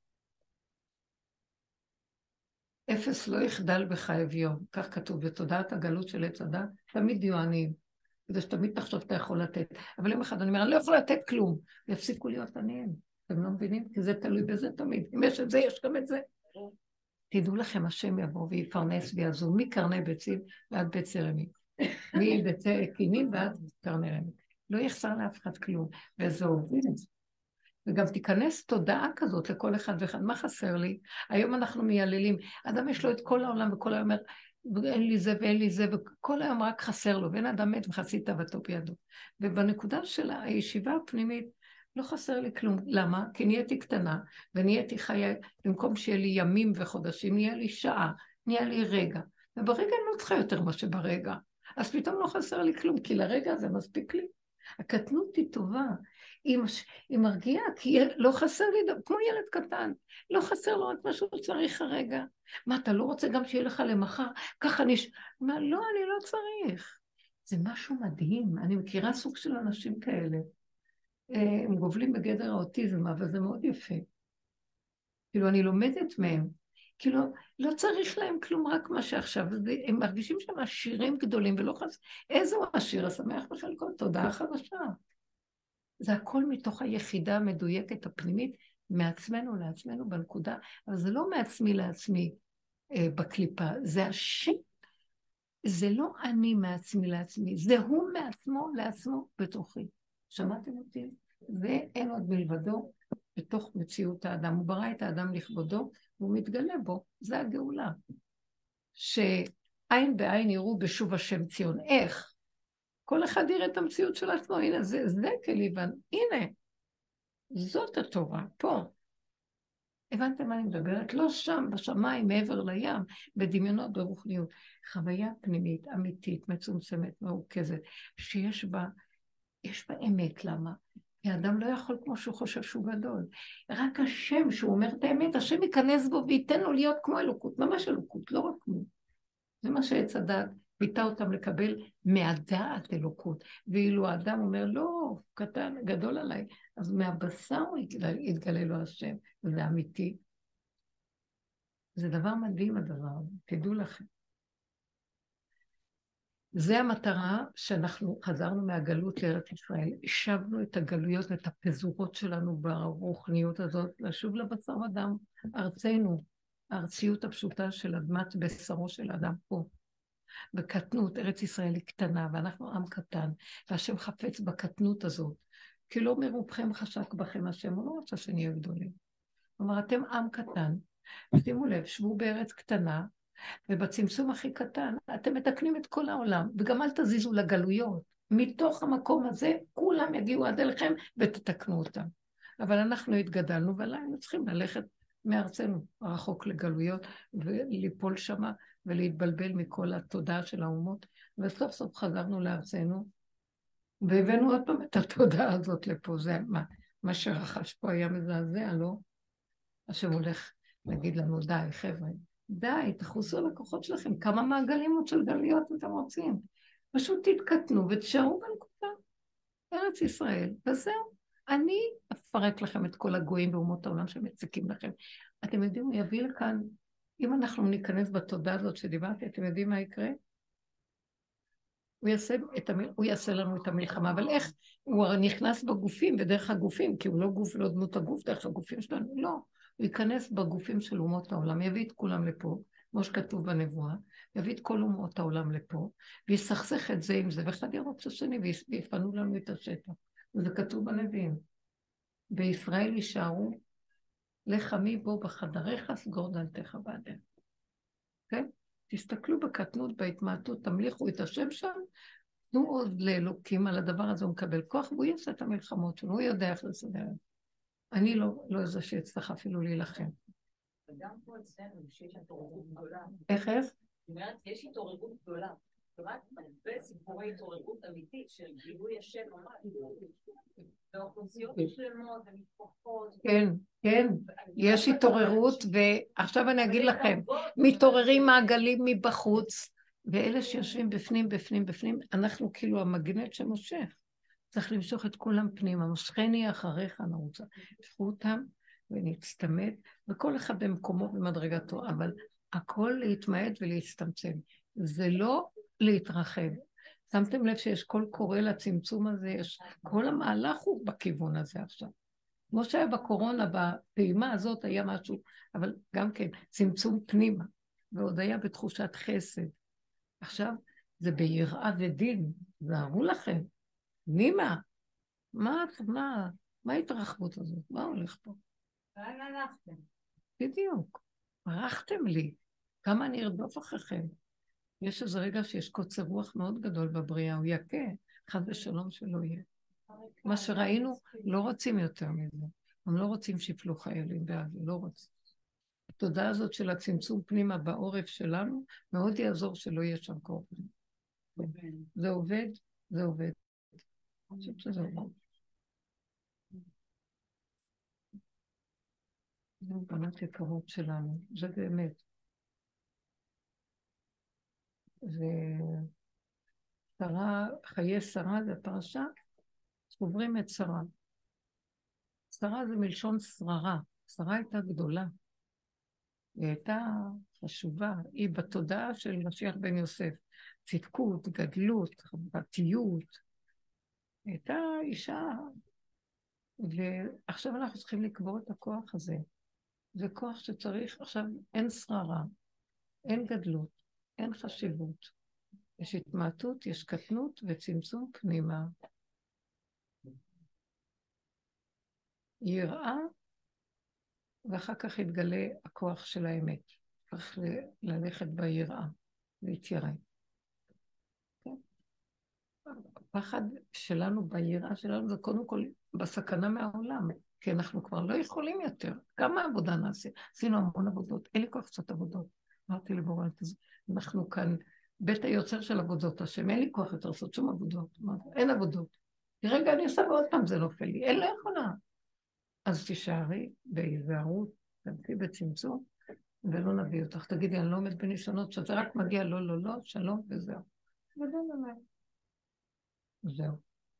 אפס לא יחדל בך אביון, כך כתוב, בתודעת הגלות של עץ הדת, תמיד יהיו עניים, כדי שתמיד תחשוב שאתה יכול לתת. אבל יום אחד אני אומר, אני לא יכול לתת כלום, ויפסיקו להיות עניים. אתם לא מבינים? כי זה תלוי בזה תמיד. אם יש את זה, יש גם את זה. תדעו לכם, השם יבוא ויפרנס ויעזור, מקרני ביצים ועד בית רמי. מבית קינים ועד קרני רמי. לא יחסר לאף אחד כלום, וזה עובד. וגם תיכנס תודעה כזאת לכל אחד ואחד. מה חסר לי? היום אנחנו מייללים. אדם יש לו את כל העולם, וכל היום אומר, אין לי זה ואין לי זה, וכל היום רק חסר לו, ואין אדם מת וחצי תאוותו בידו. ובנקודה של הישיבה הפנימית, לא חסר לי כלום. למה? כי נהייתי קטנה, ונהייתי חיה, במקום שיהיה לי ימים וחודשים, נהיה לי שעה, נהיה לי רגע. וברגע אני לא צריכה יותר מה שברגע. אז פתאום לא חסר לי כלום, כי לרגע זה מספיק לי. הקטנות היא טובה, היא, מש... היא מרגיעה, כי לא חסר לי, כמו ילד קטן, לא חסר לו רק משהו שצריך הרגע. מה, אתה לא רוצה גם שיהיה לך למחר? ככה אני... מה, לא, אני לא צריך. זה משהו מדהים, אני מכירה סוג של אנשים כאלה. הם גובלים בגדר האוטיזם, אבל זה מאוד יפה. כאילו, אני לומדת מהם. כאילו, לא צריך להם כלום, רק מה שעכשיו. הם מרגישים שהם עשירים גדולים, ולא חסר. איזה הוא עשיר? השמח בחלקו, תודעה חדשה. זה הכל מתוך היחידה המדויקת הפנימית, מעצמנו לעצמנו בנקודה, אבל זה לא מעצמי לעצמי אה, בקליפה, זה השם. זה לא אני מעצמי לעצמי, זה הוא מעצמו לעצמו בתוכי. שמעתם אותי? ואין עוד מלבדו בתוך מציאות האדם. הוא ברא את האדם לכבודו, והוא מתגלה בו. זה הגאולה. שעין בעין יראו בשוב השם ציון. איך? כל אחד יראה את המציאות של עצמו. הנה, זה, זה כליבן. הנה, זאת התורה, פה. הבנתם מה אני מדברת? לא שם, בשמיים, מעבר לים, בדמיונות, ברוחניות. חוויה פנימית, אמיתית, מצומצמת, מרוכזת, שיש בה, יש בה אמת. למה? כי האדם לא יכול כמו שהוא חושב שהוא גדול. רק השם, שהוא אומר את האמת, השם ייכנס בו וייתן לו להיות כמו אלוקות, ממש אלוקות, לא רק כמו. זה מה שעץ הדעת ביטא אותם לקבל מהדעת אלוקות. ואילו האדם אומר, לא, קטן, גדול עליי, אז מהבשר הוא יתגלה לו השם, וזה אמיתי. זה דבר מדהים הדבר, תדעו לכם. זה המטרה שאנחנו חזרנו מהגלות לארץ ישראל, השבנו את הגלויות, את הפזורות שלנו ברוחניות הזאת, לשוב לבשר אדם, ארצנו, הארציות הפשוטה של אדמת בשרו של אדם פה. בקטנות, ארץ ישראל היא קטנה, ואנחנו עם קטן, והשם חפץ בקטנות הזאת, כי לא מרובכם חשק בכם השם, הוא לא רוצה שנהיה גדולים. כלומר, אתם עם קטן, שימו לב, שבו בארץ קטנה, ובצמצום הכי קטן, אתם מתקנים את כל העולם, וגם אל תזיזו לגלויות. מתוך המקום הזה, כולם יגיעו עד אליכם ותתקנו אותם. אבל אנחנו התגדלנו, ועלינו צריכים ללכת מארצנו, רחוק לגלויות, וליפול שמה, ולהתבלבל מכל התודעה של האומות, וסוף סוף חזרנו לארצנו, והבאנו עוד פעם את התודעה הזאת לפה. זה מה, מה שרחש פה היה מזעזע, לא? השם הולך להגיד לנו, די, חבר'ה, די, תחוסו על הכוחות שלכם, כמה מעגלים עוד של גלויות אתם רוצים. פשוט תתקטנו ותשארו בנקודה, ארץ ישראל, וזהו. אני אפרק לכם את כל הגויים באומות העולם שמציקים לכם. אתם יודעים, הוא יביא לכאן, אם אנחנו ניכנס בתודעה הזאת שדיברתי, אתם יודעים מה יקרה? הוא יעשה, את המ... הוא יעשה לנו את המלחמה, אבל איך? הוא נכנס בגופים ודרך הגופים, כי הוא לא גוף, לא דמות הגוף, דרך הגופים שלנו, לא. הוא ייכנס בגופים של אומות העולם, יביא את כולם לפה, כמו שכתוב בנבואה, יביא את כל אומות העולם לפה, ויסכסך את זה עם זה, ואחד ירוץ השני, ויפנו לנו את השטח. וזה כתוב בנביאים. בישראל יישארו, לחמי בו בחדריך, סגור דלתך בעדיך. כן? תסתכלו בקטנות, בהתמעטות, תמליכו את השם שם, תנו עוד לאלוקים על הדבר הזה, הוא מקבל כוח, והוא יעשה את המלחמות שלו, הוא יודע איך לסדר. אני לא, לא זה שיצטרך אפילו להילחם. וגם פה אצלנו, שיש התעוררות גדולה. איך איך? זאת אומרת, יש התעוררות גדולה. רק הרבה סיפורי התעוררות אמיתית של גילוי השם ממש. ואוכלוסיות שלמות ומשפחות. כן, כן, יש התעוררות, ועכשיו אני אגיד לכם, מתעוררים מעגלים מבחוץ, ואלה שיושבים בפנים, בפנים, בפנים, אנחנו כאילו המגנט שמושך. צריך למשוך את כולם פנימה, משכני אחריך נרוצה. תפחו אותם ונצטמד, וכל אחד במקומו במדרגתו, אבל הכל להתמעט ולהצטמצם. זה לא להתרחב. שמתם לב שיש קול קורא לצמצום הזה, יש, כל המהלך הוא בכיוון הזה עכשיו. כמו שהיה בקורונה, בפעימה הזאת היה משהו, אבל גם כן, צמצום פנימה, ועוד היה בתחושת חסד. עכשיו, זה ביראה ודין, זהרו לכם. נימה, מה, מה, מה ההתרחבות הזאת? מה הולך פה? לאן הלכתם? בדיוק, ברחתם לי, כמה אני ארדוף אחריכם. יש איזה רגע שיש קוצר רוח מאוד גדול בבריאה, הוא יקה, חד ושלום שלא יהיה. מה שראינו, לא רוצים יותר מזה. הם לא רוצים שיפלו חיילים בעזה, לא רוצים. התודעה הזאת של הצמצום פנימה בעורף שלנו, מאוד יעזור שלא יהיה שם קורבן. זה עובד, זה עובד. אני חושבת שזה עובד. זה בנות יקרות שלנו, זה באמת. ושרה, חיי שרה זה פרשה, עוברים את שרה. שרה זה מלשון שררה, שרה הייתה גדולה. היא הייתה חשובה, היא בתודעה של משיח בן יוסף. צדקות, גדלות, חברתיות. היא הייתה אישה, ועכשיו אנחנו צריכים לקבור את הכוח הזה. זה כוח שצריך, עכשיו אין שררה, אין גדלות, אין חשיבות. יש התמעטות, יש קטנות וצמצום פנימה. יראה, ואחר כך יתגלה הכוח של האמת. צריך ללכת ביראה, להתיירא. הפחד שלנו ביראה שלנו זה קודם כל בסכנה מהעולם, כי אנחנו כבר לא יכולים יותר. כמה עבודה נעשה? עשינו המון עבודות, אין לי כוח קצת עבודות. אמרתי לבורא, אנחנו כאן בית היוצר של עבודות השם, אין לי כוח יותר לעשות שום עבודות. אין עבודות. רגע, אני עושה ועוד פעם זה נופל לי, אין לא יכולה. אז תישארי בהיזהרות, תמצאי בצמצום, ולא נביא אותך. תגידי, אני לא עומד בניסיונות, שזה רק מגיע לא, לא, לא, שלום וזהו. ודאי למה. זהו.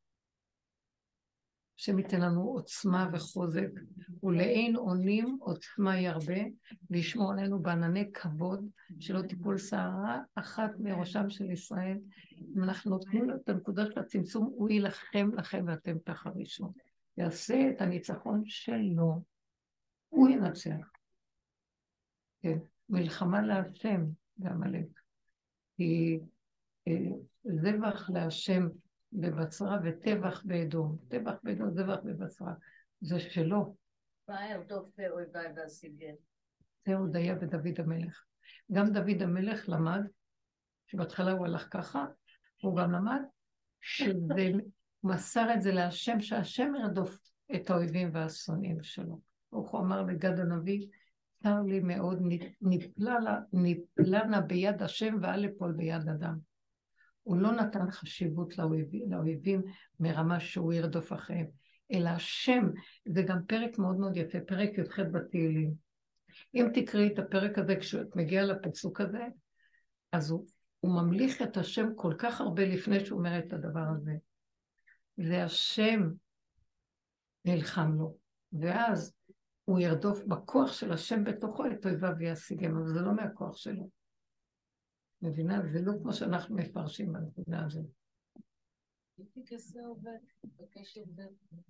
השם ייתן לנו עוצמה וחוזק, ולאין עונים עוצמה ירבה, וישמור עלינו בענני כבוד, שלא תיפול שערה אחת מראשם של ישראל. אם אנחנו נותנים לו את הנקודה של הצמצום, הוא יילחם לכם ואתם תחרישו. יעשה את הניצחון שלו, הוא ינצח. כן, מלחמה להשם, ועמלק. כי זבח להשם בבצרה וטבח באדום. טבח באדום, זבח בבצרה. זה שלו. מה ירדוף אויביי ואשיגם? זה עוד היה בדוד המלך. גם דוד המלך למד, שבהתחלה הוא הלך ככה, הוא גם למד, שזה מסר את זה להשם, שהשם ירדוף את האויבים והשונאים שלו. הוא אמר לגד הנביא, צר לי מאוד, נפלנה ביד השם ואל ליפול ביד אדם. הוא לא נתן חשיבות לאויבים, לאויבים מרמה שהוא ירדוף אחריהם, אלא השם, זה גם פרק מאוד מאוד יפה, פרק י"ח בתהילים. אם תקראי את הפרק הזה, כשאת מגיעה לפסוק הזה, אז הוא, הוא ממליך את השם כל כך הרבה לפני שהוא אומר את הדבר הזה. זה השם נלחם לו, ואז הוא ירדוף בכוח של השם בתוכו את אויביו וישיגם, אבל זה לא מהכוח שלו. מבינה? זה לא כמו שאנחנו מפרשים בנקודה הזאת. הייתי כסא עובד, בקשב עובד.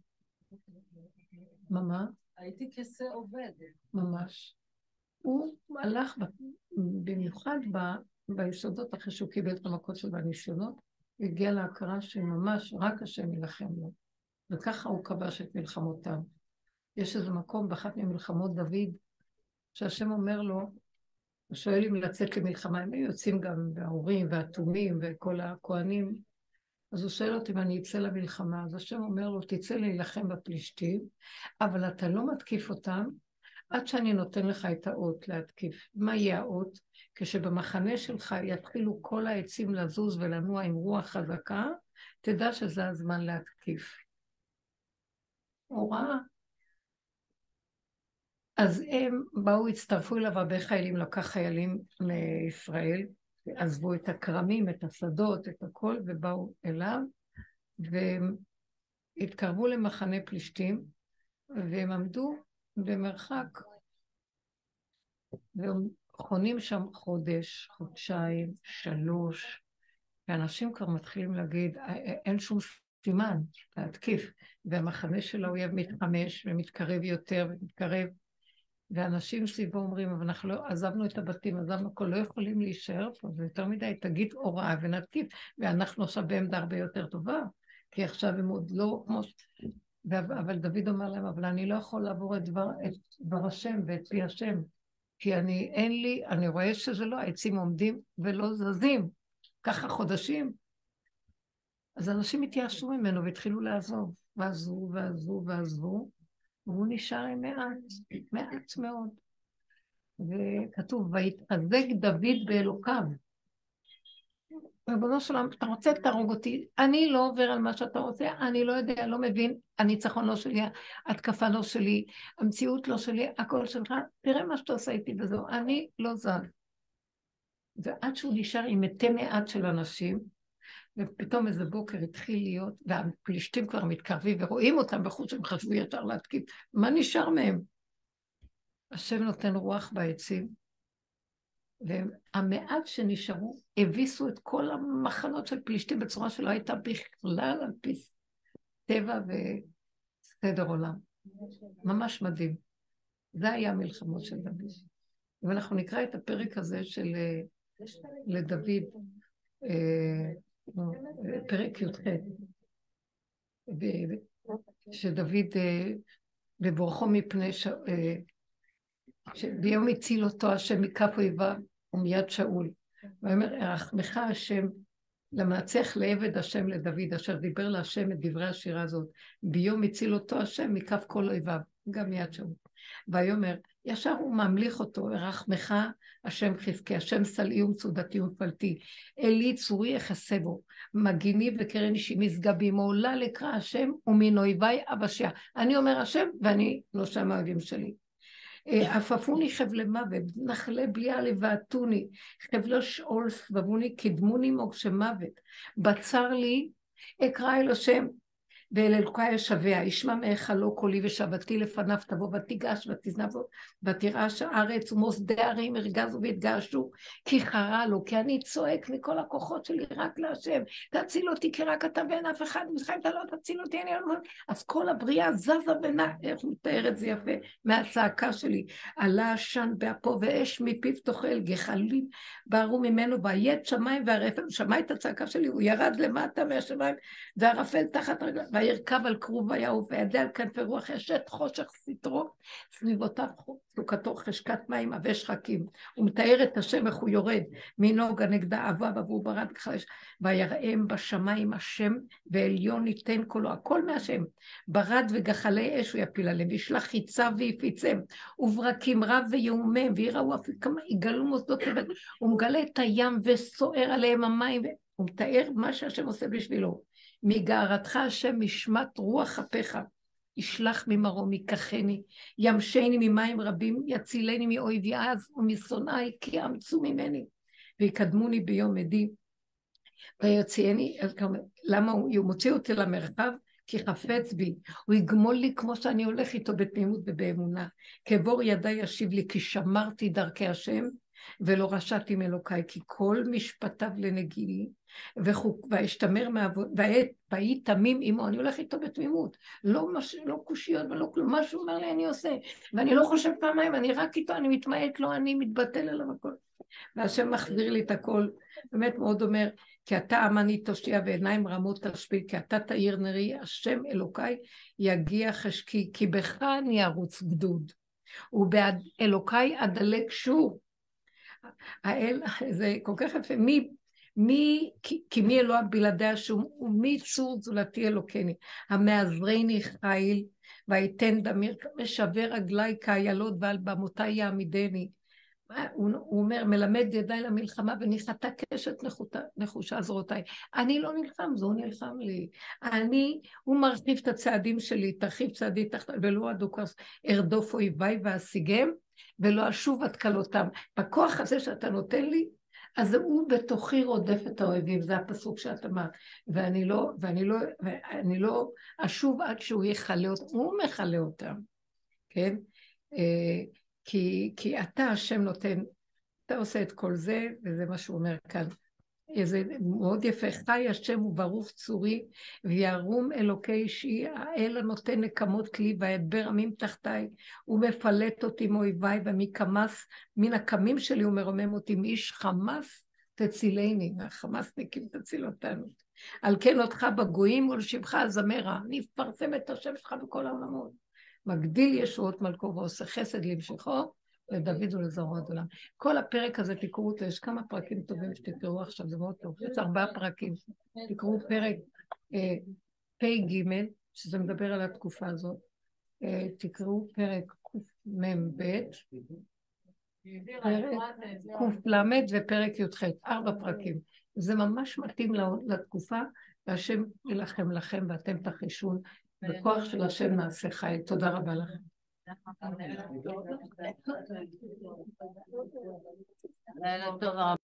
מה מה? הייתי כסא עובד. ממש. הוא הלך במיוחד ב, ביסודות אחרי שהוא קיבל את המכות שלו והניסיונות, הגיע להכרה שממש רק השם ילחם לו. וככה הוא כבש את מלחמותיו. יש איזה מקום באחת ממלחמות דוד, שהשם אומר לו, הוא שואל אם לצאת למלחמה, הם יוצאים גם בהורים והתומים וכל הכהנים, אז הוא שואל אותי אם אני אצא למלחמה, אז השם אומר לו, תצא להילחם בפלישתים, אבל אתה לא מתקיף אותם, עד שאני נותן לך את האות להתקיף. מה יהיה האות? כשבמחנה שלך יתחילו כל העצים לזוז ולנוע עם רוח חזקה, תדע שזה הזמן להתקיף. הוראה. אז הם באו, הצטרפו אליו הרבה חיילים, לקח חיילים לישראל, עזבו את הקרמים, את השדות, את הכל, ובאו אליו, והם התקרבו למחנה פלישתים, והם עמדו במרחק, והם חונים שם חודש, חודשיים, שלוש, ואנשים כבר מתחילים להגיד, אין שום סימן להתקיף, והמחנה של האויב מתחמש ומתקרב יותר ומתקרב, ואנשים סביבו אומרים, אבל אנחנו לא עזבנו את הבתים, עזבנו הכל, לא יכולים להישאר פה, זה יותר מדי, תגיד הוראה ונתקיף, ואנחנו עכשיו בעמדה הרבה יותר טובה, כי עכשיו הם עוד לא כמו... אבל דוד אומר להם, אבל אני לא יכול לעבור את דבר, את דבר השם ואת פי השם, כי אני, אין לי, אני רואה שזה לא, העצים עומדים ולא זזים, ככה חודשים. אז אנשים התייאשו ממנו והתחילו לעזוב, ועזבו ועזבו ועזבו, והוא נשאר עם מעט, מעט מאוד. וכתוב, והתחזק דוד באלוקיו. ריבונו של עולם, אתה רוצה תהרוג אותי, אני לא עובר על מה שאתה רוצה, אני לא יודע, לא מבין, הניצחון לא שלי, התקפה לא שלי, המציאות לא שלי, הכל שלך, תראה מה שאתה עושה איתי וזהו, אני לא זז. ועד שהוא נשאר עם מתי מעט של אנשים, ופתאום איזה בוקר התחיל להיות, והפלישתים כבר מתקרבים ורואים אותם בחוץ, הם חשבו ישר להתקיף, מה נשאר מהם? השם נותן רוח בעצים, והמעט שנשארו, הביסו את כל המחנות של פלישתים בצורה שלא הייתה בכלל על פי טבע וסדר עולם. ממש מדהים. זה היה המלחמות של דוד. ואנחנו נקרא את הפרק הזה של לדוד. פרק י"ח, שדוד בבורכו מפני שביום הציל אותו השם מכף אויביו ומיד שאול. ואומר, הרחמך השם למנצח לעבד השם לדוד, אשר דיבר להשם את דברי השירה הזאת, ביום הציל אותו השם מכף כל אויביו, גם מיד שאול. ויאמר, ישר הוא ממליך אותו, רחמך השם חזקי, השם סלעי ומצודתי ונפלתי, אלי צורי יחסה בו, מגיני וקרן אישי משגבי, מעולה לקרא השם ומן אויבי אבשיה. אני אומר השם ואני לא שם האויבים שלי. עפפוני חבלי מוות, נחלי בליעה לבעטוני, חבלי שאול סבבוני, קדמוני מוקשי מוות, בצר לי אקרא אל השם, ואל אלוקי אשבע, ישמע מהיכלו קולי ושבתי לפניו תבוא ותיגש ותזנב ותרעש הארץ ומוסדי ערים ירגזו ויתגעשו, כי חרה לו, כי אני צועק מכל הכוחות שלי רק להשם, תציל אותי כי רק אתה ואין אף אחד, אם אתה לא תציל אותי אני לא... אז כל הבריאה זזה ונע, איך מתאר את זה יפה מהצעקה שלי, עלה עשן באפו ואש מפיו תאכל, גחלים בערו ממנו והיית שמיים והרפל, שמע את הצעקה שלי, הוא ירד למטה מהשמיים והרפל תחת רגליו, וירכב על כרוב ויעוף, וידע על כנפי רוח ישת חושך סתרו, סביבותיו סוכתו חשקת מים עבי שחקים. הוא מתאר את השם איך הוא יורד, מנוג הנגדה אבב והוא ברד כחלש, ויראם בשמיים השם, ועליון ייתן קולו, הכל מהשם. ברד וגחלי אש הוא יפיל עליהם, וישלח חיצה ויפיצם, וברקים רב ויאומם, ויראו אף כמה יגלו מוסדות לבד, הוא מגלה את הים וסוער עליהם המים, הוא מתאר מה שהשם עושה בשבילו. מגערתך השם משמת רוח אפיך, ישלח ממרום ייקחני, ימשני ממים רבים, יצילני מאויבי אז ומשונאי, כי אמצו ממני, ויקדמוני ביום עדי, ויוציאני, למה הוא מוציא אותי למרחב? כי חפץ בי, הוא יגמול לי כמו שאני הולך איתו בתמימות ובאמונה, כבור ידי ישיב לי, כי שמרתי דרכי השם, ולא רשעתי מאלוקיי, כי כל משפטיו לנגילי, וישתמר מהעבוד, והיא תמים עמו, אני הולך איתו בתמימות, לא, מש, לא קושיות ולא כלום, מה שהוא אומר לי אני עושה, ואני לא חושב פעמיים, אני רק איתו, אני מתמעט לו, אני מתבטל עליו הכל, והשם מחזיר לי את הכל, באמת מאוד אומר, כי אתה אמני תושיע ועיניים רמות תשפיל, כי אתה תאיר נרי, השם אלוקיי יגיע חשקי, כי בך אני ארוץ גדוד, ובעד אלוקיי אדלק שור, האל, זה כל כך יפה, מי, מי, כי, כי מי אלוה בלעדי השום, ומי צור זולתי אלוקני, המעזרני חיל, ויתן דמיר, משבר רגלי כאיילות, ועל במותי יעמידני. הוא, הוא אומר, מלמד ידיי למלחמה, וניחתה קשת נחותה, נחושה זרועותיי. אני לא נלחם, זו נלחם לי. אני, הוא מרחיב את הצעדים שלי, תרחיב צעדי תחת, ולא הדוקרס, ארדוף אויביי ואשיגם, ולא אשוב עד כלותם. בכוח הזה שאתה נותן לי, אז הוא בתוכי רודף את האויבים, זה הפסוק שאת אמרת, ואני לא, ואני לא, ואני לא אשוב עד שהוא יחלה אותם, הוא מחלה אותם, כן? כי, כי אתה השם נותן, אתה עושה את כל זה, וזה מה שהוא אומר כאן. זה מאוד יפה, חי השם וברוך צורי, וירום אלוקי אישי, האל הנותן נקמות כלי, וידבר עמים תחתיי, הוא מפלט אותי מאויביי, ומקמס, מן הקמים שלי הוא מרומם אותי, מאיש חמאס תצילני, מהחמאסניקים תציל אותנו. על כן אותך בגויים ולשבך הזמרה, אני אפרסם את השם שלך בכל העולמות. מגדיל ישועות מלכו ועושה חסד להמשכו, לדוד ולזרוע עד עולם. כל הפרק הזה תקראו אותו, יש כמה פרקים טובים שתקראו עכשיו, זה מאוד טוב, יש ארבעה פרקים, תקראו פרק אה, פי ג' שזה מדבר על התקופה הזאת, אה, תקראו פרק קמ"ב, פרק קל"ד ופרק י"ח, ארבע פרקים, זה ממש מתאים לתקופה, והשם ילחם לכם ואתם תחישון, בכוח של השם נעשה חיל. תודה רבה לכם. לילה טוב.